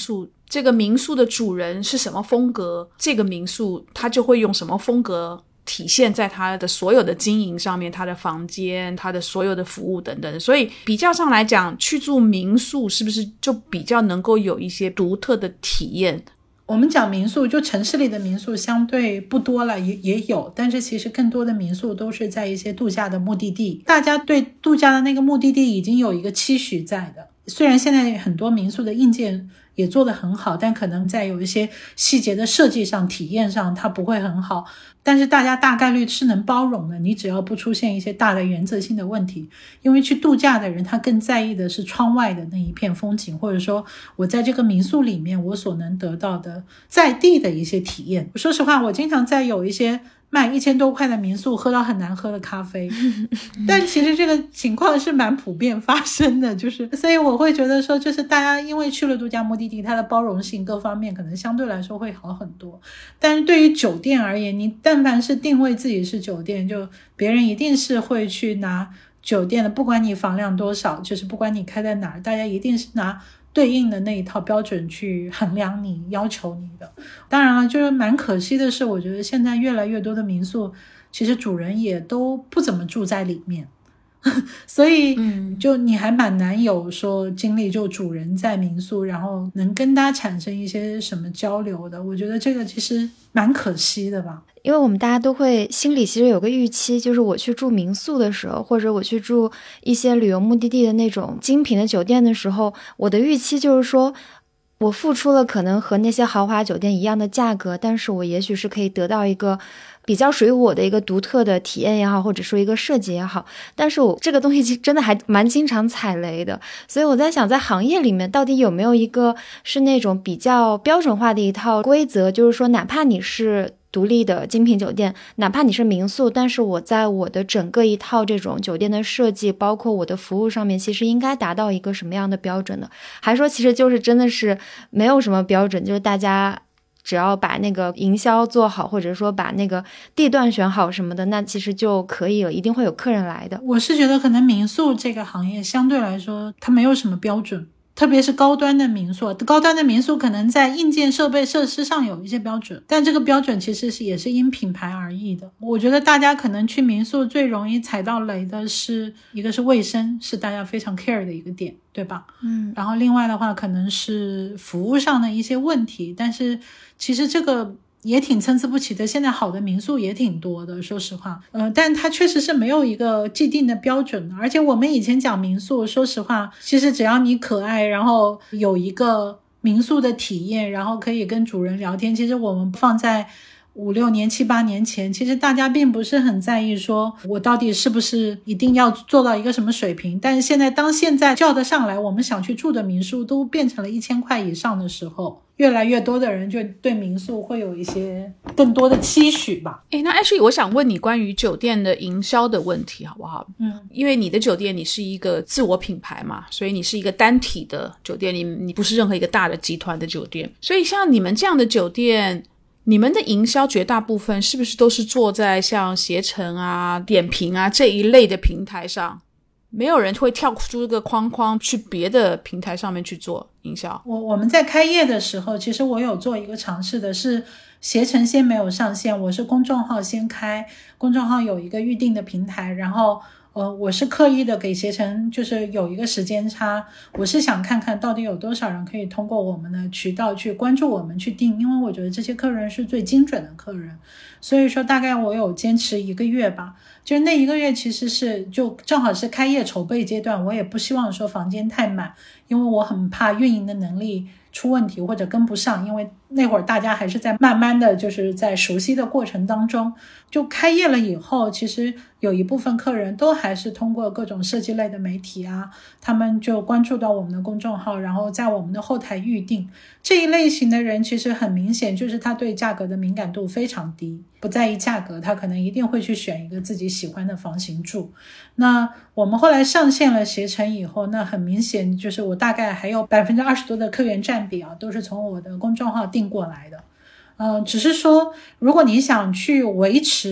这个民宿的主人是什么风格，这个民宿他就会用什么风格体现在他的所有的经营上面，他的房间，他的所有的服务等等。所以比较上来讲，去住民宿是不是就比较能够有一些独特的体验？ 我们讲民宿，就城市里的民宿相对不多了，也也有，但是其实更多的民宿都是在一些度假的目的地，大家对度假的那个目的地已经有一个期许在的。虽然现在很多民宿的硬件也做得很好，但可能在有一些细节的设计上体验上它不会很好，但是大家大概率是能包容的，你只要不出现一些大的原则性的问题。因为去度假的人他更在意的是窗外的那一片风景，或者说我在这个民宿里面我所能得到的在地的一些体验。说实话，我经常在有一些卖一千多块的民宿喝到很难喝的咖啡但其实这个情况是蛮普遍发生的，就是所以我会觉得说，就是大家因为去了度假目的地，它的包容性各方面可能相对来说会好很多。但是对于酒店而言，你但凡是定位自己是酒店，就别人一定是会去拿酒店的，不管你房量多少，就是不管你开在哪儿，大家一定是拿对应的那一套标准去衡量你，要求你的。当然了，就是蛮可惜的是，我觉得现在越来越多的民宿其实主人也都不怎么住在里面所以就你还蛮难有说经历就主人在民宿然后能跟他产生一些什么交流的，我觉得这个其实蛮可惜的吧。 因为我们大家都会心里其实有个预期，就是我去住民宿的时候，或者我去住一些旅游目的地的那种精品的酒店的时候，我的预期就是说我付出了可能和那些豪华酒店一样的价格，但是我也许是可以得到一个比较属于我的一个独特的体验也好，或者说一个设计也好，但是我这个东西真的还蛮经常踩雷的。所以我在想，在行业里面到底有没有一个是那种比较标准化的一套规则，就是说哪怕你是独立的精品酒店，哪怕你是民宿，但是我在我的整个一套这种酒店的设计包括我的服务上面，其实应该达到一个什么样的标准呢？还说其实就是真的是没有什么标准，就是大家只要把那个营销做好，或者说把那个地段选好什么的，那其实就可以了，一定会有客人来的。 我是觉得可能民宿这个行业相对来说它没有什么标准，特别是高端的民宿，高端的民宿可能在硬件设备设施上有一些标准，但这个标准其实是也是因品牌而异的。我觉得大家可能去民宿最容易踩到雷的是一个是卫生，是大家非常 care 的一个点，对吧？嗯，然后另外的话可能是服务上的一些问题，但是其实这个也挺参差不齐的，现在好的民宿也挺多的，说实话，呃，但它确实是没有一个既定的标准的。而且我们以前讲民宿，说实话，其实只要你可爱，然后有一个民宿的体验，然后可以跟主人聊天，其实我们放在五六年七八年前，其实大家并不是很在意说我到底是不是一定要做到一个什么水平。但是现在当现在叫得上来我们想去住的民宿都变成了一千块以上的时候，越来越多的人就对民宿会有一些更多的期许吧。 诶，那 Ashley 我想问你关于酒店的营销的问题好不好？嗯，因为你的酒店你是一个自我品牌嘛，所以你是一个单体的酒店，你你不是任何一个大的集团的酒店，所以像你们这样的酒店，你们的营销绝大部分是不是都是做在像携程啊、点评啊这一类的平台上？没有人会跳出这个框框去别的平台上面去做营销。 我我们在开业的时候，其实我有做一个尝试的，是携程先没有上线，我是公众号先开，公众号有一个预定的平台，然后呃，我是刻意的给携程就是有一个时间差，我是想看看到底有多少人可以通过我们的渠道去关注我们去订，因为我觉得这些客人是最精准的客人，所以说大概我有坚持一个月吧，就是那一个月其实是就正好是开业筹备阶段，我也不希望说房间太满，因为我很怕运营的能力出问题或者跟不上，因为那会儿大家还是在慢慢的就是在熟悉的过程当中。就开业了以后，其实有一部分客人都还是通过各种设计类的媒体啊，他们就关注到我们的公众号，然后在我们的后台预定。这一类型的人其实很明显就是他对价格的敏感度非常低，不在意价格，他可能一定会去选一个自己喜欢的房型住。那我们后来上线了携程以后，那很明显就是我大概还有 百分之二十 多的客源占比啊，都是从我的公众号订过来的。呃，只是说如果你想去维持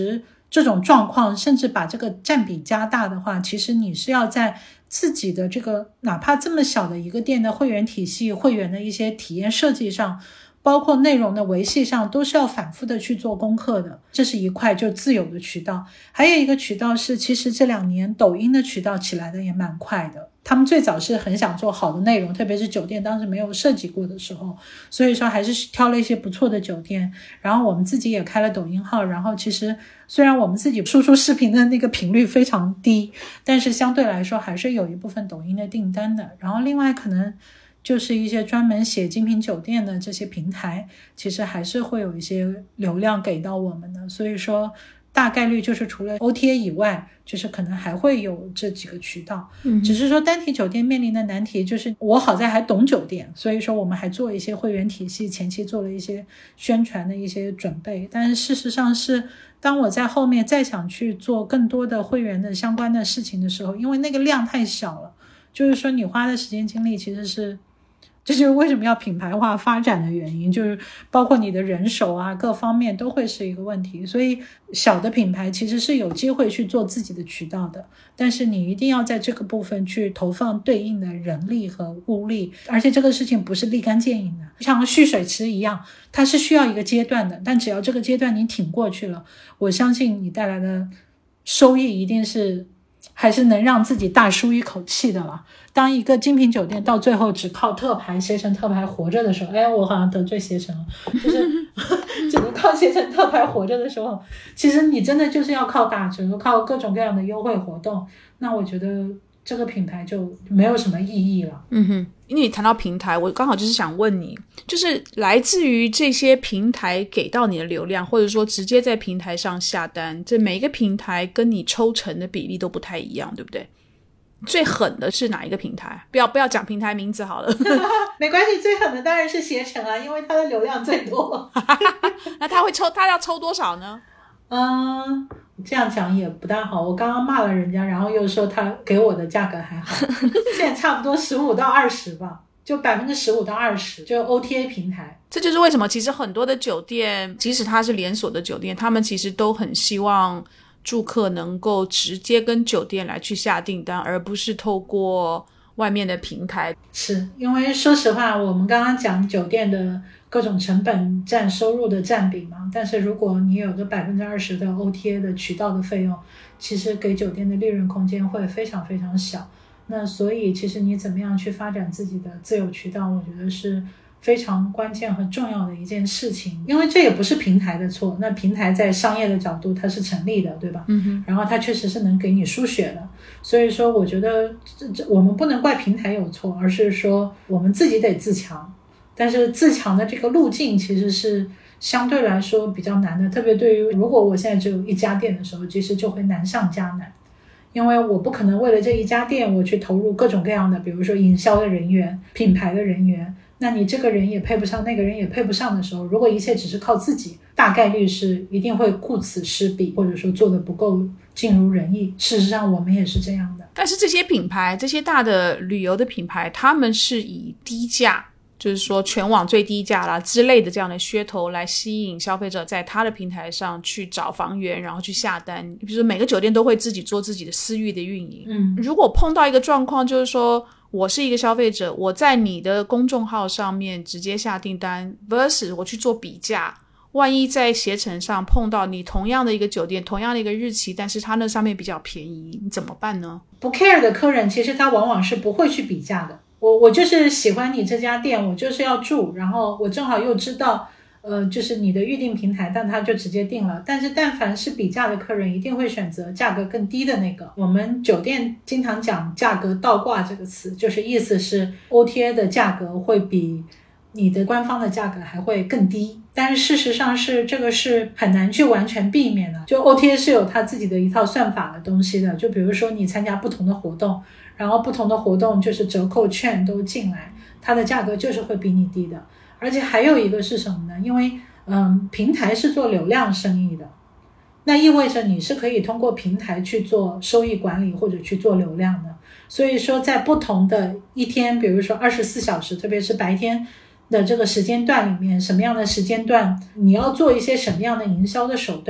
这种状况，甚至把这个占比加大的话，其实你是要在自己的这个哪怕这么小的一个店的会员体系、会员的一些体验设计上，包括内容的维系上，都是要反复的去做功课的。这是一块就自有的渠道。还有一个渠道是，其实这两年抖音的渠道起来的也蛮快的。他们最早是很想做好的内容，特别是酒店当时没有设计过的时候，所以说还是挑了一些不错的酒店。然后我们自己也开了抖音号，然后其实虽然我们自己输出视频的那个频率非常低，但是相对来说还是有一部分抖音的订单的。然后另外可能就是一些专门写精品酒店的这些平台，其实还是会有一些流量给到我们的。所以说大概率就是除了 O T A 以外，就是可能还会有这几个渠道。嗯，只是说单体酒店面临的难题就是我好在还懂酒店，所以说我们还做一些会员体系，前期做了一些宣传的一些准备。但是事实上是当我在后面再想去做更多的会员的相关的事情的时候，因为那个量太小了，就是说你花的时间精力其实是，这就是为什么要品牌化发展的原因，就是包括你的人手啊各方面都会是一个问题。所以小的品牌其实是有机会去做自己的渠道的，但是你一定要在这个部分去投放对应的人力和物力，而且这个事情不是立竿见影的，像蓄水池一样，它是需要一个阶段的，但只要这个阶段你挺过去了，我相信你带来的收益一定是还是能让自己大舒一口气的了。当一个精品酒店到最后只靠特牌携程特牌活着的时候，哎，我好像得罪携程了，就是只能靠携程特牌活着的时候，其实你真的就是要靠打折，靠各种各样的优惠活动，那我觉得这个品牌就没有什么意义了。 嗯哼，因为你谈到平台，我刚好就是想问你，就是来自于这些平台给到你的流量，或者说直接在平台上下单，这每一个平台跟你抽成的比例都不太一样，对不对？最狠的是哪一个平台？不要不要讲平台名字好了。 没关系，最狠的当然是携程啊，因为它的流量最多。 那他会抽，他要抽多少呢？ 嗯，这样讲也不大好。我刚刚骂了人家，然后又说他给我的价格还好，现在差不多十五到二十吧，就百分之十五到二十，就 O T A 平台。 这就是为什么其实很多的酒店，即使它是连锁的酒店，他们其实都很希望住客能够直接跟酒店来去下订单，而不是透过外面的平台。 是因为说实话，我们刚刚讲酒店的各种成本占收入的占比嘛，但是如果你有个百分之二十的 O T A 的渠道的费用，其实给酒店的利润空间会非常非常小。那所以其实你怎么样去发展自己的自有渠道，我觉得是非常关键和重要的一件事情。因为这也不是平台的错，那平台在商业的角度它是成立的，对吧？嗯哼。然后它确实是能给你输血的，所以说我觉得这这我们不能怪平台有错，而是说我们自己得自强。但是自强的这个路径其实是相对来说比较难的，特别对于如果我现在只有一家店的时候，其实就会难上加难。因为我不可能为了这一家店我去投入各种各样的，比如说营销的人员、品牌的人员，那你这个人也配不上，那个人也配不上的时候，如果一切只是靠自己，大概率是一定会顾此失彼，或者说做得不够尽如人意。事实上我们也是这样的。 但是这些品牌，这些大的旅游的品牌，他们是以低价，就是说全网最低价啦之类的这样的噱头来吸引消费者在他的平台上去找房源，然后去下单。比如说每个酒店都会自己做自己的私域的运营。嗯，如果碰到一个状况，就是说我是一个消费者，我在你的公众号上面直接下订单 versus 我去做比价，万一在携程上碰到你同样的一个酒店，同样的一个日期，但是它那上面比较便宜，你怎么办呢？ 不 care 的客人其实他往往是不会去比价的。我我就是喜欢你这家店，我就是要住，然后我正好又知道呃，就是你的预订平台，但他就直接订了。但是但凡是比价的客人一定会选择价格更低的那个。我们酒店经常讲价格倒挂这个词，就是意思是 O T A 的价格会比你的官方的价格还会更低，但是事实上是这个是很难去完全避免的。就 O T A 是有它自己的一套算法的东西的，就比如说你参加不同的活动，然后不同的活动就是折扣券都进来，它的价格就是会比你低的。而且还有一个是什么呢？因为嗯，平台是做流量生意的，那意味着你是可以通过平台去做收益管理或者去做流量的。所以说在不同的一天，比如说二十四小时，特别是白天的这个时间段里面，什么样的时间段你要做一些什么样的营销的手段，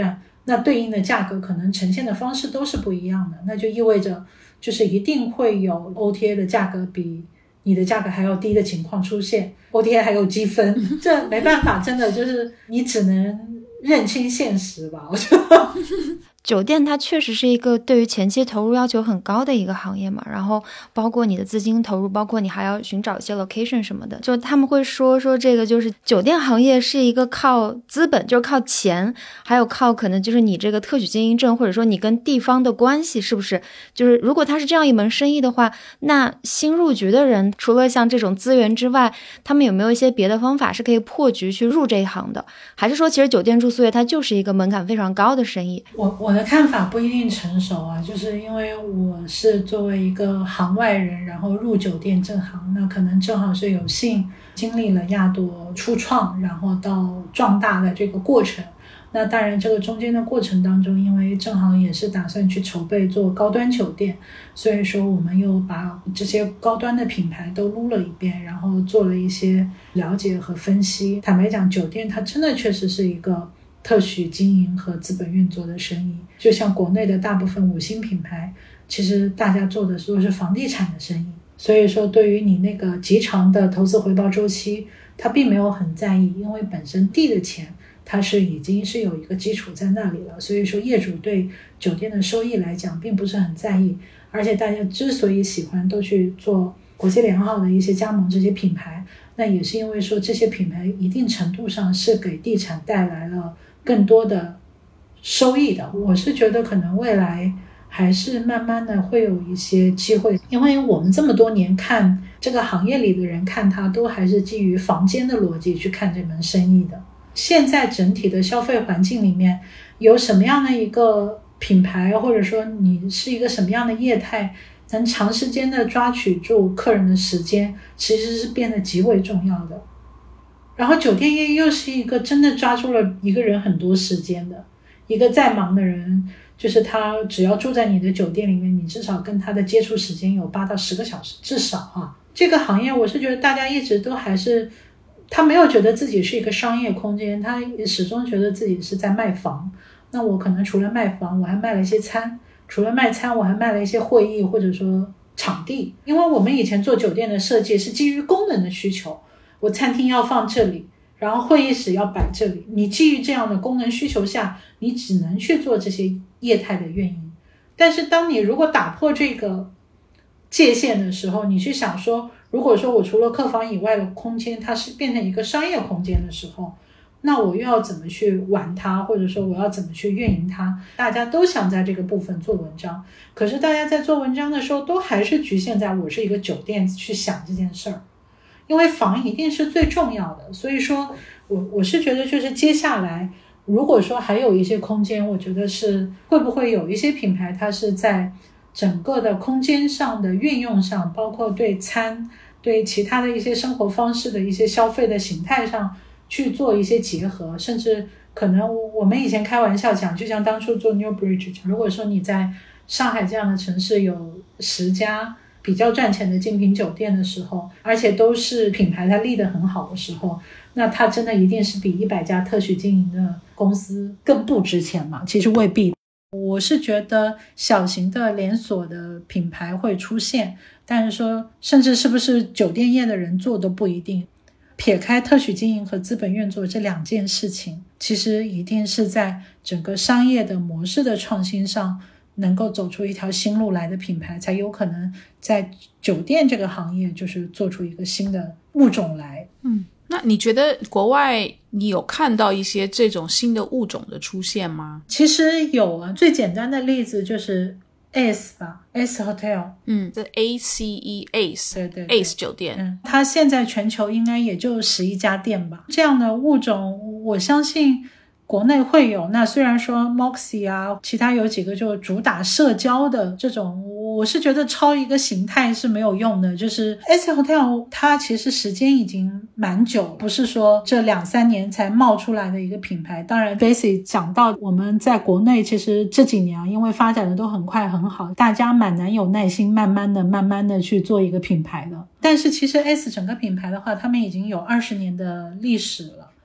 那对应的价格可能呈现的方式都是不一样的，那就意味着就是一定会有 O T A 的价格比你的价格还要低的情况出现， O T A 还有积分，这没办法，真的就是你只能认清现实吧，我觉得。 酒店它确实是一个对于前期投入要求很高的一个行业嘛，然后包括你的资金投入，包括你还要寻找一些 location 什么的，就他们会说说这个就是酒店行业是一个靠资本，就是靠钱，还有靠可能就是你这个特许经营证，或者说你跟地方的关系是不是，就是如果它是这样一门生意的话，那新入局的人除了像这种资源之外，他们有没有一些别的方法是可以破局去入这一行的，还是说其实酒店住宿业它就是一个门槛非常高的生意？ 我我的看法不一定成熟啊，就是因为我是作为一个行外人，然后入酒店这行，那可能正好是有幸经历了亚朵初创然后到壮大的这个过程。那当然这个中间的过程当中，因为正好也是打算去筹备做高端酒店，所以说我们又把这些高端的品牌都撸了一遍，然后做了一些了解和分析。坦白讲，酒店它真的确实是一个特许经营和资本运作的生意，就像国内的大部分五星品牌，其实大家做的都是房地产的生意，所以说对于你那个极长的投资回报周期，它并没有很在意，因为本身地的钱它是已经是有一个基础在那里了，所以说业主对酒店的收益来讲并不是很在意，而且大家之所以喜欢都去做国际良好的一些加盟这些品牌，那也是因为说这些品牌一定程度上是给地产带来了更多的收益的。我是觉得可能未来还是慢慢的会有一些机会，因为我们这么多年看这个行业里的人看它都还是基于房间的逻辑去看这门生意的。现在整体的消费环境里面有什么样的一个品牌，或者说你是一个什么样的业态能长时间的抓取住客人的时间，其实是变得极为重要的。然后酒店业又是一个真的抓住了一个人很多时间的，一个再忙的人，就是他只要住在你的酒店里面，你至少跟他的接触时间有八到十个小时，至少啊。这个行业我是觉得大家一直都还是，他没有觉得自己是一个商业空间，他始终觉得自己是在卖房。那我可能除了卖房，我还卖了一些餐，除了卖餐，我还卖了一些会议或者说场地。因为我们以前做酒店的设计是基于功能的需求，我餐厅要放这里，然后会议室要摆这里，你基于这样的功能需求下，你只能去做这些业态的运营。但是当你如果打破这个界限的时候，你去想说，如果说我除了客房以外的空间它是变成一个商业空间的时候，那我又要怎么去玩它，或者说我要怎么去运营它。大家都想在这个部分做文章，可是大家在做文章的时候都还是局限在我是一个酒店去想这件事儿，因为房一定是最重要的。所以说我我是觉得就是接下来如果说还有一些空间，我觉得是会不会有一些品牌它是在整个的空间上的运用上，包括对餐对其他的一些生活方式的一些消费的形态上去做一些结合。甚至可能我们以前开玩笑讲，就像当初做 New Bridge 讲，如果说你在上海这样的城市有十家比较赚钱的精品酒店的时候，而且都是品牌它立得很好的时候，那它真的一定是比一百家特许经营的公司更不值钱吗？其实未必。我是觉得小型的连锁的品牌会出现，但是说甚至是不是酒店业的人做都不一定。撇开特许经营和资本运作这两件事情，其实一定是在整个商业的模式的创新上能够走出一条新路来的品牌，才有可能在酒店这个行业就是做出一个新的物种来。 嗯，那你觉得国外你有看到一些这种新的物种的出现吗？ 其实有啊，最简单的例子就是Ace 吧 ，Ace Hotel， 嗯，这 A C E Ace， 对对对 Ace 酒店， 嗯，它现在全球应该也就十一家店吧。这样的物种，我相信国内会有。那虽然说 Moxy 啊，其他有几个就主打社交的这种，我是觉得抄一个形态是没有用的。就是 Ace Hotel 它其实时间已经蛮久，不是说这两三年才冒出来的一个品牌。当然 Basic 讲到我们在国内其实这几年啊，因为发展的都很快很好，大家蛮难有耐心慢慢的慢慢的去做一个品牌的。但是其实 Ace 整个品牌的话，他们已经有二十年的历史了。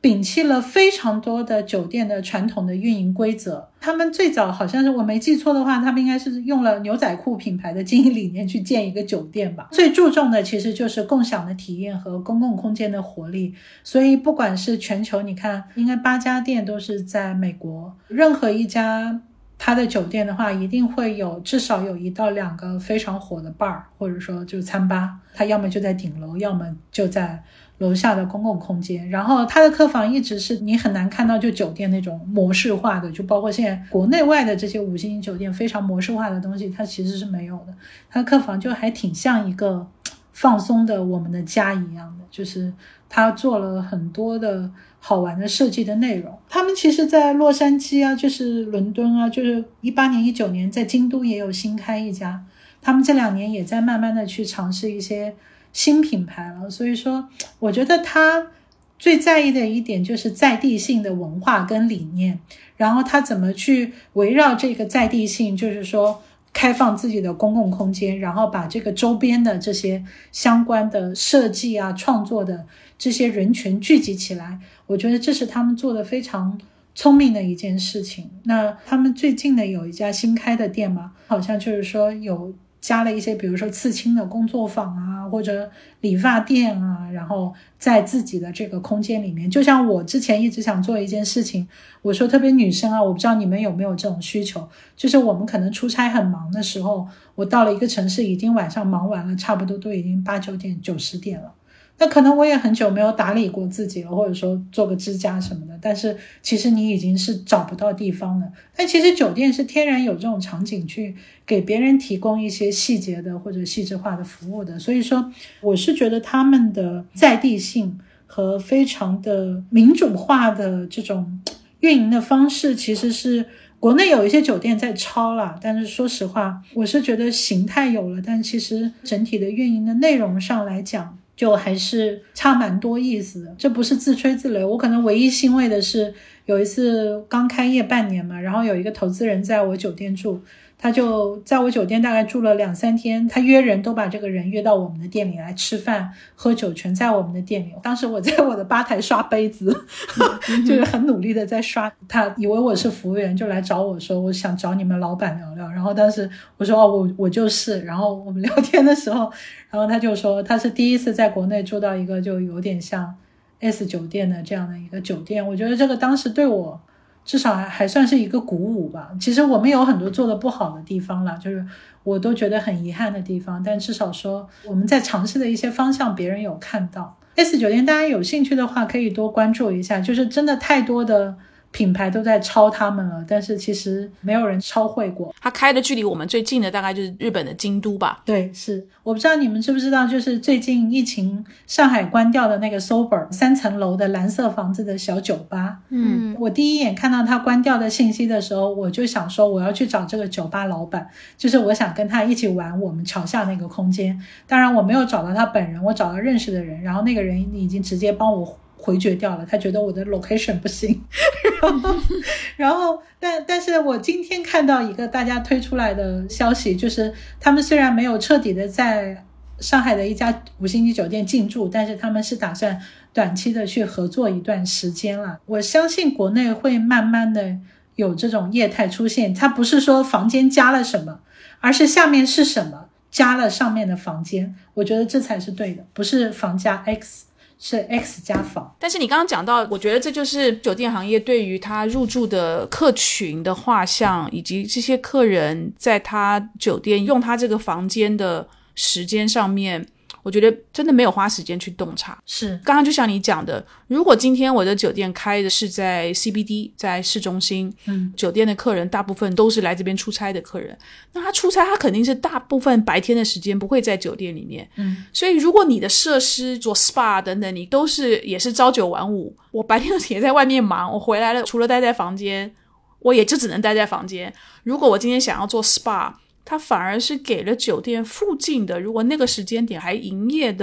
摒弃了非常多的酒店的传统的运营规则。他们最早好像是我没记错的话，他们应该是用了牛仔裤品牌的经营理念去建一个酒店吧。最注重的其实就是共享的体验和公共空间的活力。所以不管是全球，你看应该八家店都是在美国，任何一家它的酒店的话一定会有至少有一到两个非常火的 bar 或者说就餐吧，它要么就在顶楼，要么就在楼下的公共空间。然后它的客房一直是你很难看到就酒店那种模式化的，就包括现在国内外的这些五星级酒店非常模式化的东西它其实是没有的。它的客房就还挺像一个放松的我们的家一样的，就是它做了很多的好玩的设计的内容。他们其实在洛杉矶啊，就是伦敦啊，就是一八年一九年在京都也有新开一家，他们这两年也在慢慢的去尝试一些新品牌了。所以说我觉得他最在意的一点就是在地性的文化跟理念，然后他怎么去围绕这个在地性，就是说开放自己的公共空间，然后把这个周边的这些相关的设计啊创作的这些人群聚集起来。我觉得这是他们做的非常聪明的一件事情。那他们最近的有一家新开的店嘛，好像就是说有加了一些比如说刺青的工作坊啊，或者理发店啊，然后在自己的这个空间里面。就像我之前一直想做一件事情，我说特别女生啊，我不知道你们有没有这种需求，就是我们可能出差很忙的时候，我到了一个城市已经晚上忙完了，差不多都已经八九点九十点了，那可能我也很久没有打理过自己了，或者说做个指甲什么的，但是其实你已经是找不到地方了。但其实酒店是天然有这种场景去给别人提供一些细节的或者细致化的服务的。所以说我是觉得他们的在地性和非常的民主化的这种运营的方式，其实是国内有一些酒店在抄了，但是说实话我是觉得形态有了，但其实整体的运营的内容上来讲就还是差蛮多意思的。这不是自吹自擂，我可能唯一欣慰的是有一次刚开业半年嘛，然后有一个投资人在我酒店住，他就在我酒店大概住了两三天，他约人都把这个人约到我们的店里来吃饭喝酒，全在我们的店里。当时我在我的吧台刷杯子就是很努力的在刷，他以为我是服务员就来找我说我想找你们老板聊聊，然后当时我说哦我我就是，然后我们聊天的时候，然后他就说他是第一次在国内住到一个就有点像 S 酒店的这样的一个酒店。我觉得这个当时对我至少还还算是一个鼓舞吧。其实我们有很多做的不好的地方啦，就是我都觉得很遗憾的地方，但至少说我们在尝试的一些方向别人有看到。 S 酒店大家有兴趣的话可以多关注一下，就是真的太多的品牌都在抄他们了，但是其实没有人抄会过。 他开的距离我们最近的大概就是日本的京都吧。 对，是。我不知道你们知不知道，就是最近疫情上海关掉的那个 Sober 三层楼的蓝色房子的小酒吧。嗯，我第一眼看到他关掉的信息的时候，我就想说我要去找这个酒吧老板，就是我想跟他一起玩我们桥下那个空间。当然我没有找到他本人，我找到认识的人，然后那个人已经直接帮我回绝掉了，他觉得我的 location 不行然后, 然后但但是我今天看到一个大家推出来的消息，就是他们虽然没有彻底的在上海的一家五星级酒店进驻，但是他们是打算短期的去合作一段时间了。我相信国内会慢慢的有这种业态出现，它不是说房间加了什么，而是下面是什么加了上面的房间，我觉得这才是对的，不是房加 X，是 X 加房。 但是你刚刚讲到，我觉得这就是酒店行业对于他入住的客群的画像，以及这些客人在他酒店用他这个房间的时间上面，我觉得真的没有花时间去洞察。 是， 刚刚就像你讲的，如果今天我的酒店开的是在 C B D， 在市中心，嗯，酒店的客人大部分都是来这边出差的客人，那他出差他肯定是大部分白天的时间不会在酒店里面，嗯，所以如果你的设施做 S P A 等等，你都是也是朝九晚五，我白天也在外面忙，我回来了除了待在房间，我也就只能待在房间。如果我今天想要做 S P A，它反而是给了酒店附近的，如果那个时间点还营业的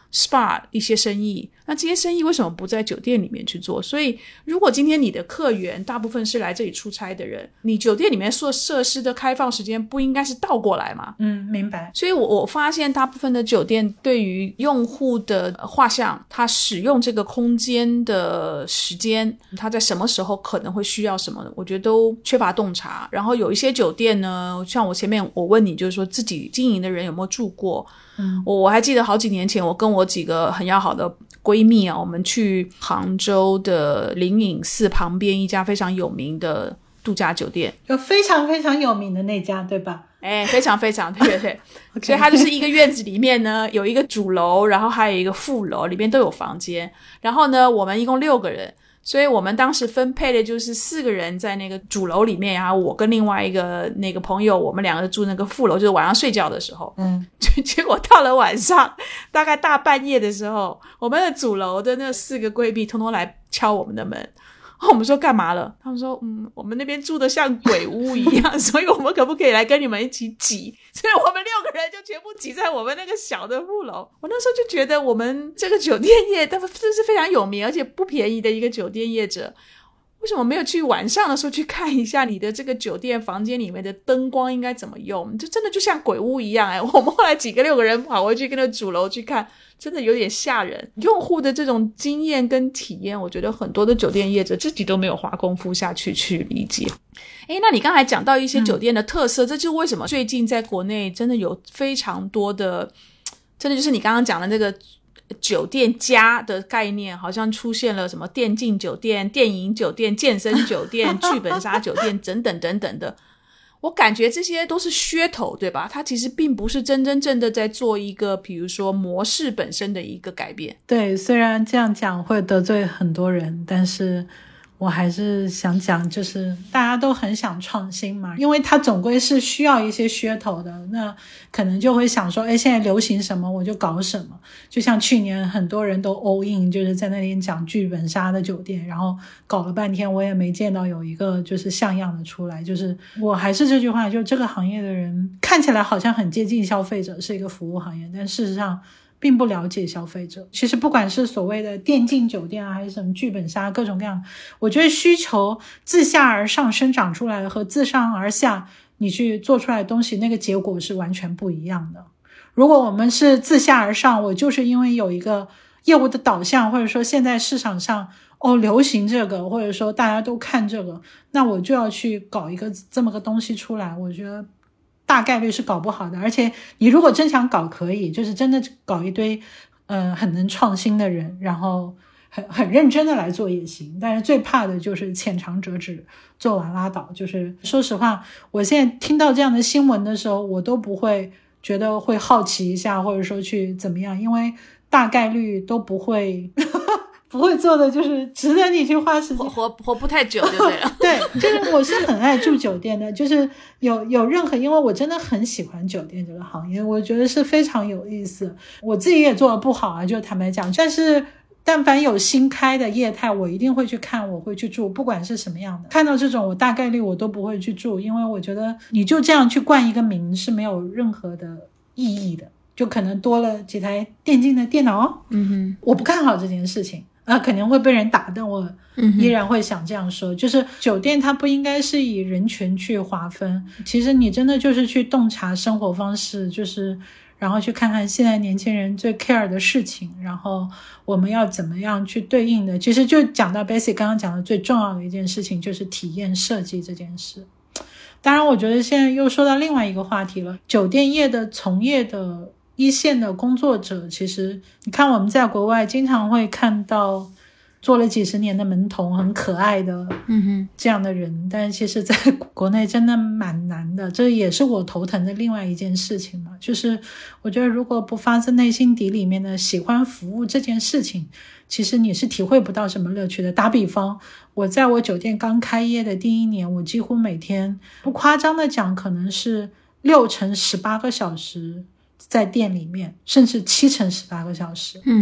S P A 一些生意，那这些生意为什么不在酒店里面去做？所以如果今天你的客源大部分是来这里出差的人，你酒店里面做设施的开放时间不应该是倒过来吗？ 嗯，明白。 所以我我发现大部分的酒店对于用户的画像，他使用这个空间的时间，他在什么时候可能会需要什么，我觉得都缺乏洞察。然后有一些酒店呢，像我前面我问你就是说自己经营的人有没有住过，嗯，我我还记得好几年前我跟我几个很要好的闺蜜啊，我们去杭州的灵隐寺旁边一家非常有名的度假酒店， 就非常非常有名的那家对吧？ 哎，非常非常对对对okay. 所以它就是一个院子里面呢有一个主楼，然后还有一个副楼，里面都有房间。然后呢我们一共六个人，所以我们当时分配的就是四个人在那个主楼里面，然后我跟另外一个那个朋友，我们两个住那个副楼，就是晚上睡觉的时候。嗯，结果到了晚上大概大半夜的时候，我们的主楼的那四个闺蜜通通来敲我们的门。我们说干嘛了？他们说嗯，我们那边住的像鬼屋一样，所以我们可不可以来跟你们一起挤？所以我们六个人就全部挤在我们那个小的副楼。我那时候就觉得我们这个酒店业真的是非常有名而且不便宜的一个酒店业者，为什么没有去晚上的时候去看一下你的这个酒店房间里面的灯光应该怎么用？就真的就像鬼屋一样。哎，我们后来几个六个人跑回去跟那主楼去看，真的有点吓人。用户的这种经验跟体验，我觉得很多的酒店业者自己都没有花功夫下去去理解。诶，那你刚才讲到一些酒店的特色，嗯，这就是为什么最近在国内真的有非常多的，真的就是你刚刚讲的那个酒店家的概念，好像出现了什么电竞酒店、电影酒店、健身酒店、剧本杀酒店等等等等的。我感觉这些都是噱头，对吧？它其实并不是真真正的在做一个比如说模式本身的一个改变。 对，虽然这样讲会得罪很多人，但是我还是想讲，就是大家都很想创新嘛，因为它总归是需要一些噱头的，那可能就会想说，哎，现在流行什么我就搞什么。就像去年很多人都 all in， 就是在那边讲剧本杀的酒店，然后搞了半天我也没见到有一个就是像样的出来。就是我还是这句话，就这个行业的人看起来好像很接近消费者，是一个服务行业，但事实上并不了解消费者。其实不管是所谓的电竞酒店啊，还是什么剧本杀，各种各样，我觉得需求自下而上生长出来的和自上而下你去做出来的东西，那个结果是完全不一样的。如果我们是自下而上，我就是因为有一个业务的导向，或者说现在市场上哦流行这个，或者说大家都看这个，那我就要去搞一个这么个东西出来，我觉得大概率是搞不好的。而且你如果真想搞，可以就是真的搞一堆呃很能创新的人，然后很很认真的来做也行。但是最怕的就是浅尝辄止，做完拉倒。就是说实话，我现在听到这样的新闻的时候，我都不会觉得会好奇一下，或者说去怎么样，因为大概率都不会不会做的就是值得你去花时间， 活活活不太久就对了。 对，就是我是很爱住酒店的，就是有有任何，因为我真的很喜欢酒店这个行业，我觉得是非常有意思。我自己也做得不好啊，就坦白讲，但是但凡有新开的业态，我一定会去看，我会去住，不管是什么样的。看到这种我大概率我都不会去住，因为我觉得你就这样去冠一个名是没有任何的意义的，就可能多了几台电竞的电脑。嗯哼，我不看好这件事情啊，肯定会被人打，但我依然会想这样说，嗯，就是酒店它不应该是以人群去划分，其实你真的就是去洞察生活方式，就是然后去看看现在年轻人最 care 的事情，然后我们要怎么样去对应的。其实就讲到 Basic 刚刚讲的最重要的一件事情，就是体验设计这件事。当然我觉得现在又说到另外一个话题了，酒店业的从业的一线的工作者，其实你看我们在国外经常会看到做了几十年的门童，很可爱的这样的人，嗯，但是其实在国内真的蛮难的，这也是我头疼的另外一件事情嘛。就是我觉得如果不发自内心底里面的喜欢服务这件事情，其实你是体会不到什么乐趣的。打比方，我在我酒店刚开业的第一年，我几乎每天不夸张的讲，可能是六乘十八个小时在店里面，甚至七乘十八个小时。嗯，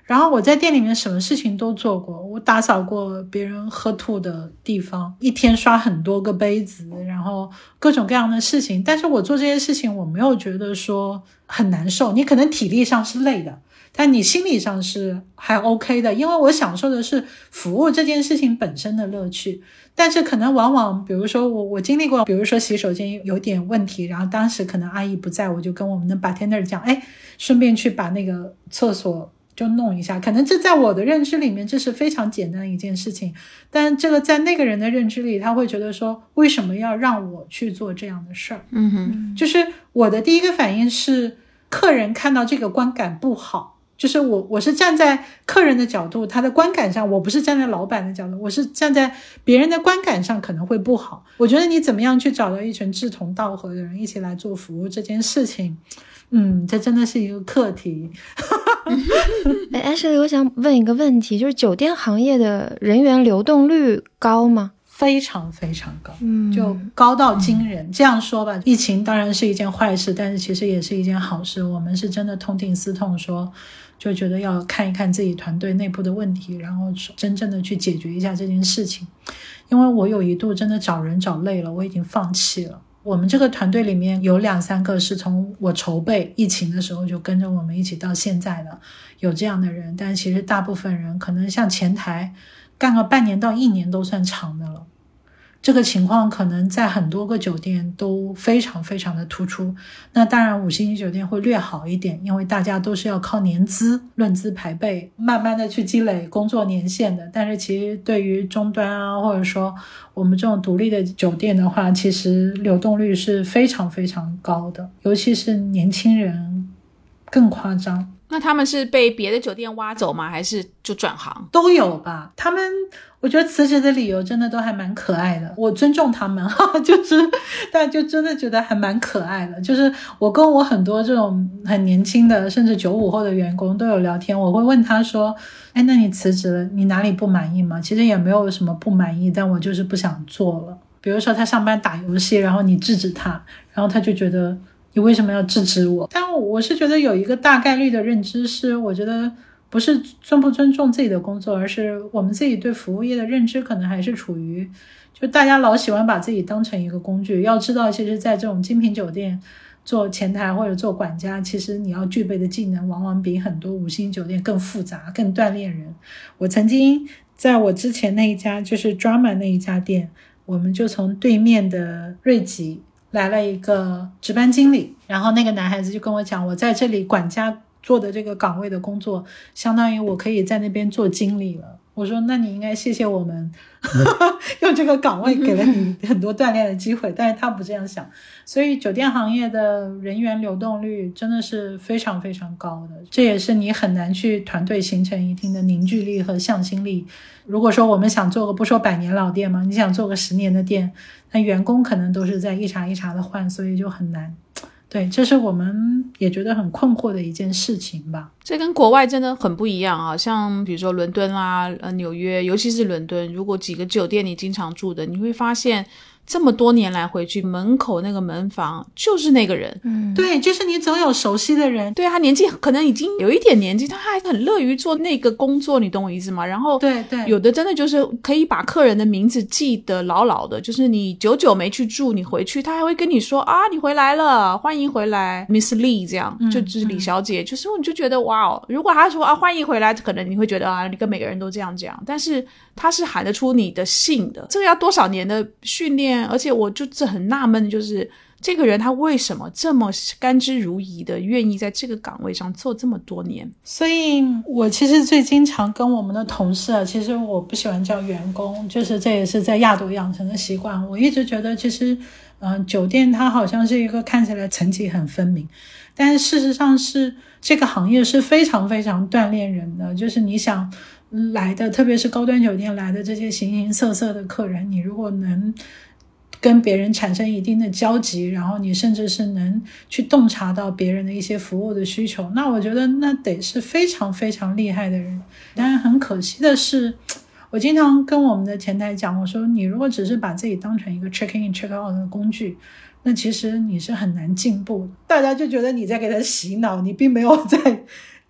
然后我在店里面什么事情都做过，我打扫过别人喝吐的地方，一天刷很多个杯子，然后各种各样的事情，但是我做这些事情我没有觉得说很难受，你可能体力上是累的，但你心理上是还 OK 的，因为我享受的是服务这件事情本身的乐趣。但是可能往往比如说我我经历过，比如说洗手间有点问题，然后当时可能阿姨不在，我就跟我们的 bartender 讲，哎，顺便去把那个厕所就弄一下，可能这在我的认知里面这是非常简单的一件事情，但这个在那个人的认知里，他会觉得说为什么要让我去做这样的事儿。 嗯哼， 就是我的第一个反应是客人看到这个观感不好，就是我我是站在客人的角度，他的观感上，我不是站在老板的角度，我是站在别人的观感上可能会不好。我觉得你怎么样去找到一群志同道合的人一起来做服务这件事情，嗯，这真的是一个课题。 哎 Ashley 我想问一个问题，就是酒店行业的人员流动率高吗？ 非常非常高， 嗯， 就高到惊人。这样说吧，疫情当然是一件坏事，但是其实也是一件好事。我们是真的痛定思痛，说就觉得要看一看自己团队内部的问题，然后真正的去解决一下这件事情。因为我有一度真的找人找累了，我已经放弃了。我们这个团队里面有两三个是从我筹备疫情的时候就跟着我们一起到现在的，有这样的人，但其实大部分人可能像前台干个半年到一年都算长的了。这个情况可能在很多个酒店都非常非常的突出。那当然五星级酒店会略好一点，因为大家都是要靠年资论资排辈慢慢的去积累工作年限的，但是其实对于终端啊，或者说我们这种独立的酒店的话，其实流动率是非常非常高的，尤其是年轻人更夸张。 那他们是被别的酒店挖走吗？还是就转行？ 都有吧。他们我觉得辞职的理由真的都还蛮可爱的，我尊重他们哈，就是但就真的觉得还蛮可爱的。就是我跟我很多这种很年轻的甚至九五后的员工都有聊天，我会问他说，哎，那你辞职了你哪里不满意吗？其实也没有什么不满意，但我就是不想做了。比如说他上班打游戏，然后你制止他，然后他就觉得你为什么要制止我？但我是觉得有一个大概率的认知是，我觉得不是尊不尊重自己的工作，而是我们自己对服务业的认知可能还是处于就大家老喜欢把自己当成一个工具。要知道其实在这种精品酒店做前台或者做管家，其实你要具备的技能往往比很多五星酒店更复杂更锻炼人。我曾经在我之前那一家就是 Drama 那一家店，我们就从对面的瑞吉来了一个值班经理，然后那个男孩子就跟我讲，我在这里管家做的这个岗位的工作相当于我可以在那边做经理了。我说那你应该谢谢我们用这个岗位给了你很多锻炼的机会，但是他不这样想。所以酒店行业的人员流动率真的是非常非常高的，这也是你很难去团队形成一定的凝聚力和向心力。如果说我们想做个不说百年老店嘛，你想做个十年的店，那员工可能都是在一茬一茬的换，所以就很难。对，这是我们也觉得很困惑的一件事情吧。 这跟国外真的很不一样啊，像比如说伦敦啊、呃纽约，尤其是伦敦，如果几个酒店你经常住的，你会发现这么多年来回去，门口那个门房就是那个人。 嗯， 对，就是你总有熟悉的人。 对，他年纪可能已经有一点年纪，他还很乐于做那个工作，你懂我意思吗？然后对对， 有的真的就是可以把客人的名字记得牢牢的，就是你久久没去住，你回去他还会跟你说啊，你回来了，欢迎回来 Miss Lee， 这样、嗯、就就是李小姐、嗯、就是你就觉得哇哦，如果他说啊欢迎回来，可能你会觉得啊你跟每个人都这样讲，但是他是喊得出你的姓的，这个要多少年的训练。而且我就是很纳闷，就是这个人他为什么这么甘之如饴的愿意在这个岗位上做这么多年。 所以我其实最经常跟我们的同事啊，其实我不喜欢叫员工，就是这也是在亚洲养成的习惯。我一直觉得其实嗯、呃，酒店它好像是一个看起来层级很分明，但是事实上是这个行业是非常非常锻炼人的。就是你想来的，特别是高端酒店来的这些形形色色的客人，你如果能跟别人产生一定的交集，然后你甚至是能去洞察到别人的一些服务的需求，那我觉得那得是非常非常厉害的人。当然很可惜的是，我经常跟我们的前台讲，我说你如果只是把自己当成一个 check in check out 的工具，那其实你是很难进步的。大家就觉得你在给他洗脑，你并没有在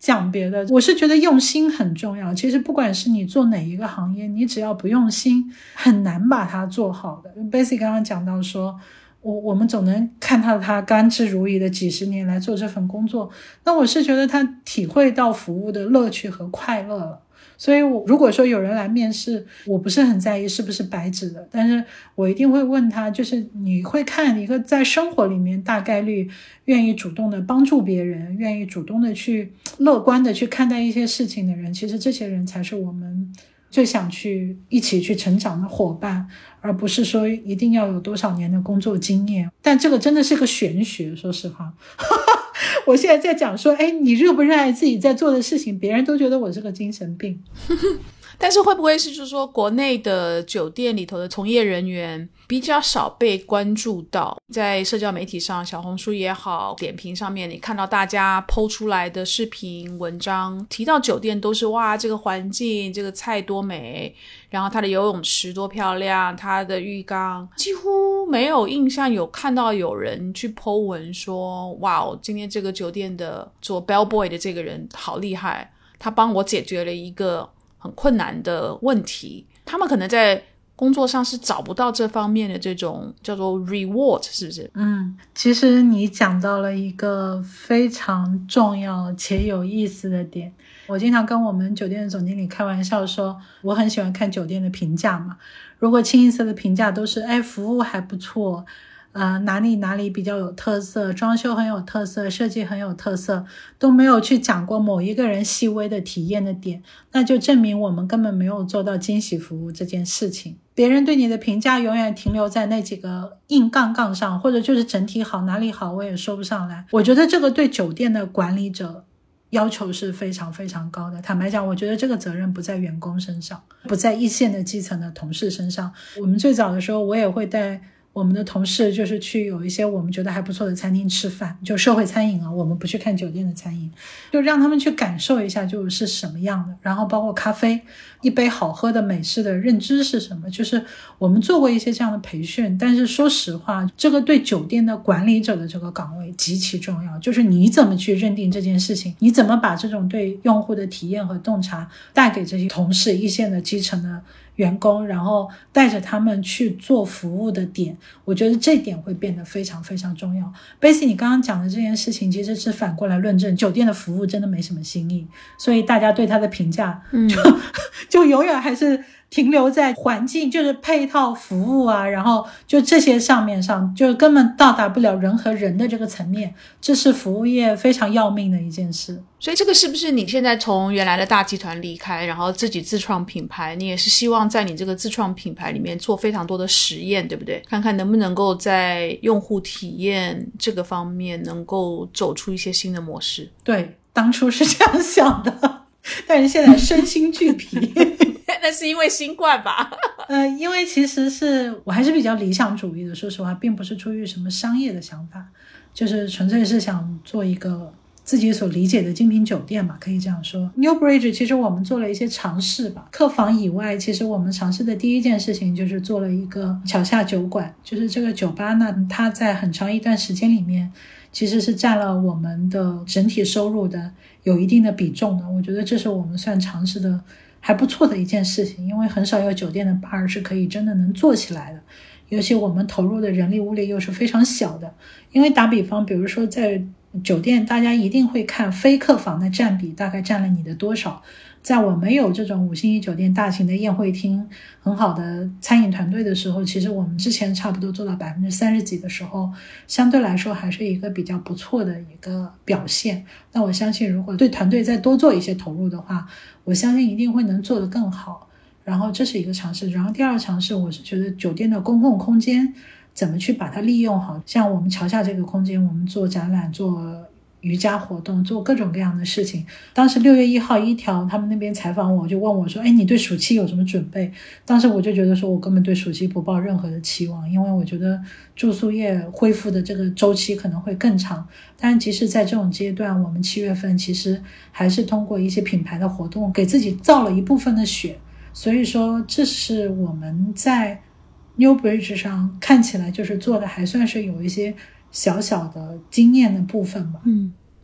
讲别的，我是觉得用心很重要。其实不管是你做哪一个行业，你只要不用心，很难把它做好的。Basic 刚刚讲到说我我们总能看到他甘之如饴的几十年来做这份工作，那我是觉得他体会到服务的乐趣和快乐了。所以我如果说有人来面试，我不是很在意是不是白纸的，但是我一定会问他，就是你会看一个在生活里面大概率愿意主动的帮助别人，愿意主动的去乐观的去看待一些事情的人，其实这些人才是我们最想去一起去成长的伙伴，而不是说一定要有多少年的工作经验。但这个真的是个玄学，说实话我现在在讲说，哎，你热不热爱自己在做的事情，别人都觉得我是个精神病但是会不会是就是说国内的酒店里头的从业人员比较少被关注到，在社交媒体上，小红书也好，点评上面你看到大家 po 出来的视频文章提到酒店都是哇这个环境这个菜多美，然后它的游泳池多漂亮，它的浴缸，几乎没有印象有看到有人去 po 文说哇今天这个酒店的做 bellboy 的这个人好厉害，他帮我解决了一个很困难的问题。他们可能在工作上是找不到这方面的这种叫做 reward， 是不是？ 嗯，其实你讲到了一个非常重要且有意思的点。我经常跟我们酒店的总经理开玩笑说，我很喜欢看酒店的评价嘛。如果清一色的评价都是哎服务还不错，呃，哪里哪里比较有特色，装修很有特色，设计很有特色，都没有去讲过某一个人细微的体验的点，那就证明我们根本没有做到惊喜服务这件事情。别人对你的评价永远停留在那几个硬杠杠上，或者就是整体好，哪里好我也说不上来。我觉得这个对酒店的管理者要求是非常非常高的。坦白讲，我觉得这个责任不在员工身上，不在一线的基层的同事身上。我们最早的时候，我也会带我们的同事就是去有一些我们觉得还不错的餐厅吃饭，就社会餐饮啊，我们不去看酒店的餐饮，就让他们去感受一下就是什么样的。然后包括咖啡，一杯好喝的美式的认知是什么，就是我们做过一些这样的培训。但是说实话，这个对酒店的管理者的这个岗位极其重要，就是你怎么去认定这件事情，你怎么把这种对用户的体验和洞察带给这些同事，一线的基层的员工，然后带着他们去做服务的点，我觉得这点会变得非常非常重要。Basic 你刚刚讲的这件事情其实是反过来论证酒店的服务真的没什么新意，所以大家对它的评价就、嗯、就永远还是停留在环境，就是配套服务啊，然后就这些上面上，就根本到达不了人和人的这个层面，这是服务业非常要命的一件事。 所以这个是不是你现在从原来的大集团离开，然后自己自创品牌，你也是希望在你这个自创品牌里面做非常多的实验，对不对？看看能不能够在用户体验这个方面能够走出一些新的模式。 对，当初是这样想的，但是现在身心俱疲那是因为新冠吧呃，因为其实是我还是比较理想主义的，说实话并不是出于什么商业的想法，就是纯粹是想做一个自己所理解的精品酒店嘛，可以这样说。 Newbridge 其实我们做了一些尝试吧，客房以外，其实我们尝试的第一件事情就是做了一个桥下酒馆。就是这个酒吧呢，它在很长一段时间里面其实是占了我们的整体收入的有一定的比重的。我觉得这是我们算尝试的还不错的一件事情，因为很少有酒店的 bar 是可以真的能做起来的，尤其我们投入的人力物力又是非常小的。因为打比方，比如说在酒店，大家一定会看非客房的占比大概占了你的多少。在我没有这种五星级酒店大型的宴会厅很好的餐饮团队的时候，其实我们之前差不多做到百分之三十几的时候，相对来说还是一个比较不错的一个表现。那我相信如果对团队再多做一些投入的话，我相信一定会能做得更好。然后这是一个尝试。然后第二个尝试，我是觉得酒店的公共空间怎么去把它利用好。像我们桥下这个空间，我们做展览，做瑜伽活动，做各种各样的事情。当时六月一号一条他们那边采访我，就问我说，哎，你对暑期有什么准备？当时我就觉得说我根本对暑期不抱任何的期望，因为我觉得住宿业恢复的这个周期可能会更长。但即使在这种阶段，我们七月份其实还是通过一些品牌的活动给自己造了一部分的血。所以说这是我们在 Newbridge 上看起来就是做的还算是有一些小小的经验的部分吧。 嗯，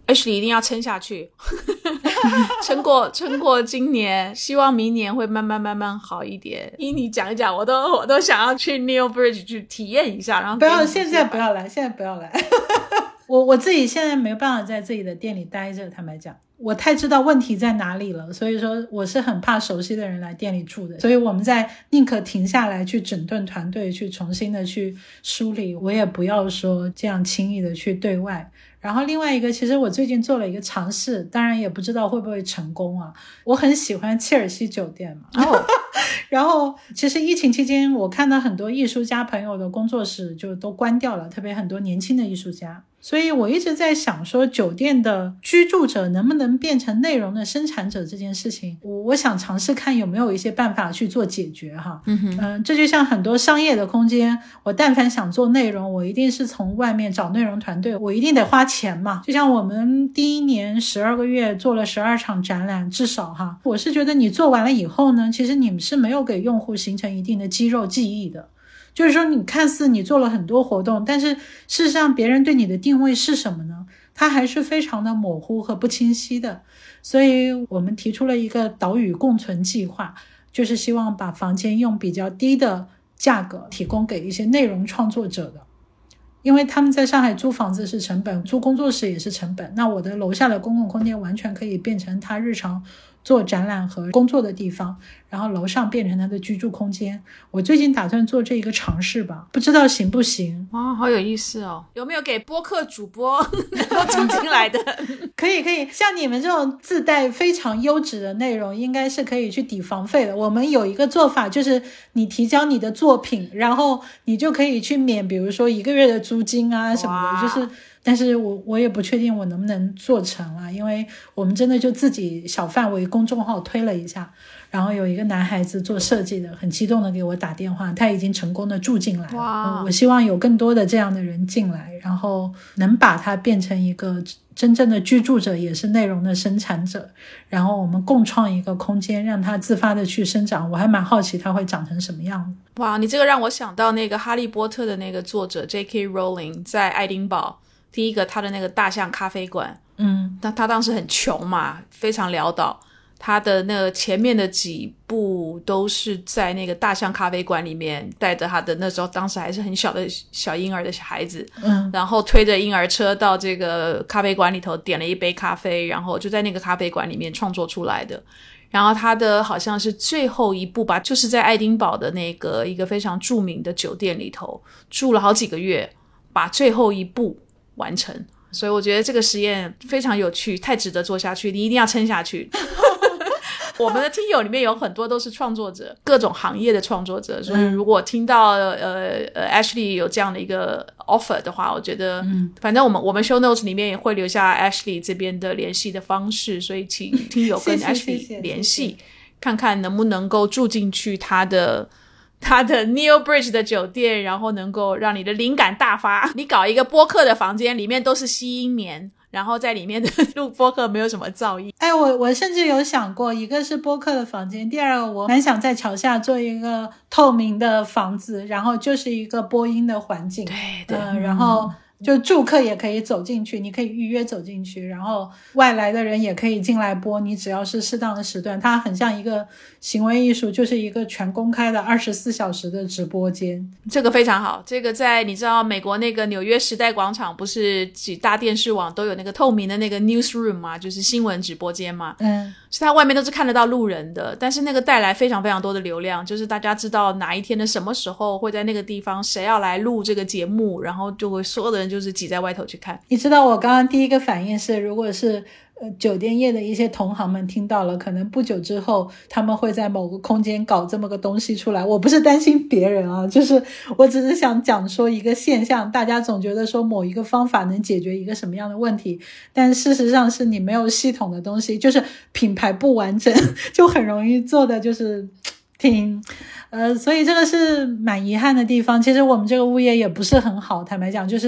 Ashley 一定要撑下去撑过撑过今年，希望明年会慢慢慢慢好一点。依你讲一讲，我都我都想要去 Neo Bridge 去体验一下。然后不要，现在不要来，现在不要来我我自己现在没办法在自己的店里待着，坦白讲我太知道问题在哪里了，所以说我是很怕熟悉的人来店里住的，所以我们在宁可停下来去整顿团队，去重新的去梳理，我也不要说这样轻易的去对外。然后另外一个，其实我最近做了一个尝试，当然也不知道会不会成功啊。我很喜欢切尔西酒店嘛，哦，然后其实疫情期间我看到很多艺术家朋友的工作室就都关掉了，特别很多年轻的艺术家，所以我一直在想说酒店的居住者能不能变成内容的生产者这件事情，我我想尝试看有没有一些办法去做解决哈。嗯哼，呃、这就像很多商业的空间，我但凡想做内容，我一定是从外面找内容团队，我一定得花钱嘛。就像我们第一年十二个月做了十二场展览，至少哈，我是觉得你做完了以后呢，其实你们是没有给用户形成一定的肌肉记忆的。就是说你看似你做了很多活动，但是事实上别人对你的定位是什么呢？它还是非常的模糊和不清晰的。所以我们提出了一个岛屿共存计划，就是希望把房间用比较低的价格提供给一些内容创作者的，因为他们在上海租房子是成本，租工作室也是成本，那我的楼下的公共空间完全可以变成他日常做展览和工作的地方，然后楼上变成他的居住空间。我最近打算做这一个尝试吧，不知道行不行。 哇，好有意思哦！有没有给播客主播能够住进来的？ 可以可以，像你们这种自带非常优质的内容，应该是可以去抵房费的。我们有一个做法，就是你提交你的作品，然后你就可以去免，比如说一个月的租金啊什么的，就是。但是我我也不确定我能不能做成啊，因为我们真的就自己小范围公众号推了一下，然后有一个男孩子做设计的很激动的给我打电话，他已经成功的住进来了。哇！我希望有更多的这样的人进来，然后能把它变成一个真正的居住者，也是内容的生产者，然后我们共创一个空间，让它自发的去生长。我还蛮好奇它会长成什么样子。 哇，你这个让我想到那个哈利波特的那个作者 J K Rowling 在爱丁堡第一个他的那个大象咖啡馆，嗯，他他当时很穷嘛，非常潦倒，他的那个前面的几部都是在那个大象咖啡馆里面带着他的那时候当时还是很小的小婴儿的小孩子，嗯，然后推着婴儿车到这个咖啡馆里头点了一杯咖啡，然后就在那个咖啡馆里面创作出来的。然后他的好像是最后一部吧，就是在爱丁堡的那个一个非常著名的酒店里头住了好几个月，把最后一部完成。所以我觉得这个实验非常有趣，太值得做下去，你一定要撑下去我们的听友里面有很多都是创作者，各种行业的创作者，所以如果听到呃呃 Ashley 有这样的一个 offer 的话，我觉得、嗯、反正我们我们 show notes 里面也会留下 Ashley 这边的联系的方式，所以请听友跟 Ashley 联系看看能不能够住进去他的他的 Neo Bridge 的酒店，然后能够让你的灵感大发。你搞一个播客的房间，里面都是吸音棉，然后在里面的录播客没有什么噪音。 哎，我我甚至有想过，一个是播客的房间，第二个我蛮想在桥下做一个透明的房子，然后就是一个播音的环境。 对对、 呃，然后就住客也可以走进去，你可以预约走进去，然后外来的人也可以进来播，你只要是适当的时段，它很像一个行为艺术，就是一个全公开的二十四小时的直播间。 这个非常好，这个在你知道美国那个纽约时代广场不是几大电视网都有那个透明的那个 newsroom 嘛，就是新闻直播间嘛，嗯，所以它外面都是看得到路人的，但是那个带来非常非常多的流量，就是大家知道哪一天的什么时候会在那个地方谁要来录这个节目，然后就会所有的人就是挤在外头去看。 你知道我刚刚第一个反应是，如果是呃酒店业的一些同行们听到了，可能不久之后他们会在某个空间搞这么个东西出来。我不是担心别人啊，就是我只是想讲说一个现象，大家总觉得说某一个方法能解决一个什么样的问题，但事实上是你没有系统的东西，就是品牌不完整，就很容易做的就是挺呃，所以这个是蛮遗憾的地方。其实我们这个物业也不是很好，坦白讲，就是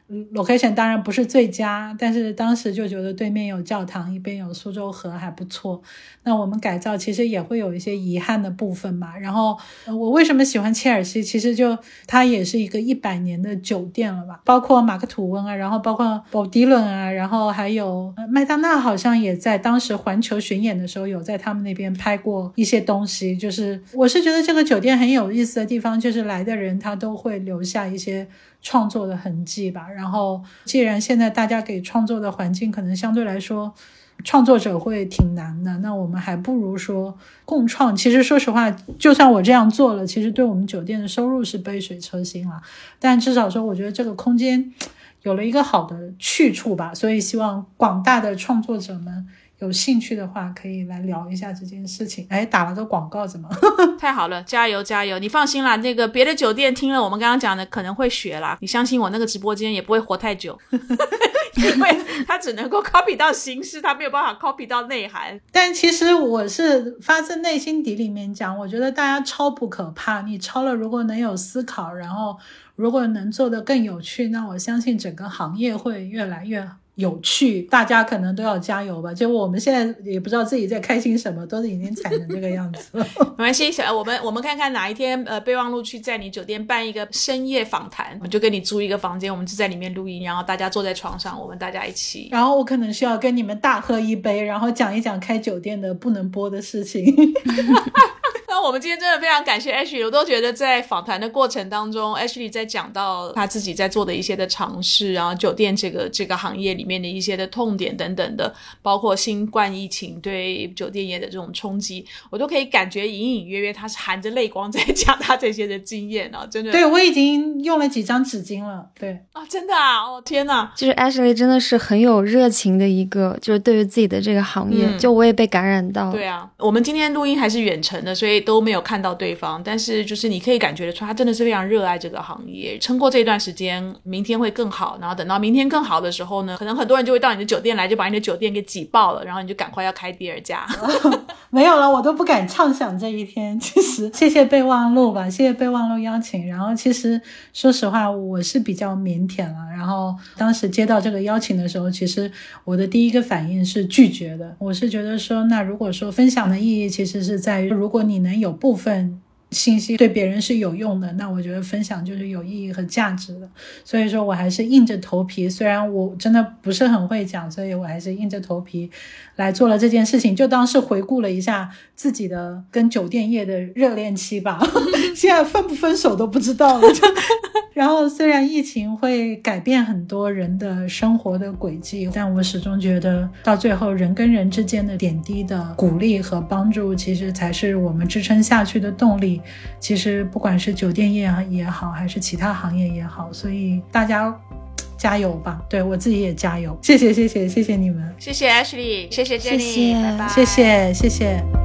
location 当然不是最佳，但是当时就觉得对面有教堂，一边有苏州河还不错。那我们改造其实也会有一些遗憾的部分嘛。然后我为什么喜欢切尔西，其实就它也是一个一百年的酒店了吧，包括马克吐温啊，然后包括保迪伦啊，然后还有麦当娜好像也在当时环球巡演的时候有在他们那边拍过一些东西。就是我是觉得这个酒店很有意思的地方，就是来的人他都会留下一些创作的痕迹吧。然后既然现在大家给创作的环境可能相对来说创作者会挺难的，那我们还不如说共创。其实说实话，就算我这样做了，其实对我们酒店的收入是杯水车薪了，但至少说我觉得这个空间有了一个好的去处吧。所以希望广大的创作者们有兴趣的话可以来聊一下这件事情。哎，打了个广告怎么太好了，加油加油，你放心啦，那个别的酒店听了我们刚刚讲的可能会学啦，你相信我，那个直播间也不会活太久因为它只能够 copy 到形式，它没有办法 copy 到内涵。 但其实我是发自内心底里面讲，我觉得大家抄不可怕，你抄了如果能有思考，然后如果能做得更有趣，那我相信整个行业会越来越有趣，大家可能都要加油吧。结果我们现在也不知道自己在开心什么，都是已经惨成这个样子了没关系，我们我们看看哪一天呃备忘录去在你酒店办一个深夜访谈，我就跟你租一个房间，我们就在里面录音，然后大家坐在床上，我们大家一起， 然后我可能需要跟你们大喝一杯，然后讲一讲开酒店的不能播的事情那我们今天真的非常感谢 Ashley， 我都觉得在访谈的过程当中 Ashley 在讲到他自己在做的一些的尝试，然后酒店这个这个行业里面的一些的痛点等等的，包括新冠疫情对酒店业的这种冲击，我都可以感觉隐隐约约他是含着泪光在讲他这些的经验啊，真的。 对，我已经用了几张纸巾了。对啊，真的啊，哦天哪， 就是 Ashley 真的是很有热情的一个，就是对于自己的这个行业、嗯、就我也被感染到。 对啊，我们今天录音还是远程的，所以都没有看到对方，但是就是你可以感觉得出他真的是非常热爱这个行业，撑过这段时间明天会更好，然后等到明天更好的时候呢，可能很多人就会到你的酒店来，就把你的酒店给挤爆了，然后你就赶快要开第二家没有了，我都不敢畅想这一天。其实谢谢备忘录吧，谢谢备忘录邀请。然后其实说实话我是比较腼腆了，然后当时接到这个邀请的时候，其实我的第一个反应是拒绝的。我是觉得说，那如果说分享的意义其实是在于，如果你能有部分信息对别人是有用的，那我觉得分享就是有意义和价值的。所以说我还是硬着头皮，虽然我真的不是很会讲，所以我还是硬着头皮来做了这件事情，就当是回顾了一下自己的跟酒店业的热恋期吧现在分不分手都不知道了然后虽然疫情会改变很多人的生活的轨迹，但我始终觉得到最后人跟人之间的点滴的鼓励和帮助，其实才是我们支撑下去的动力。其实不管是酒店业也好，还是其他行业也好，所以大家加油吧。对，我自己也加油。谢谢谢谢谢谢你们， 谢谢 Ashley， 谢谢 Jenny， 谢谢拜拜， 谢谢谢谢。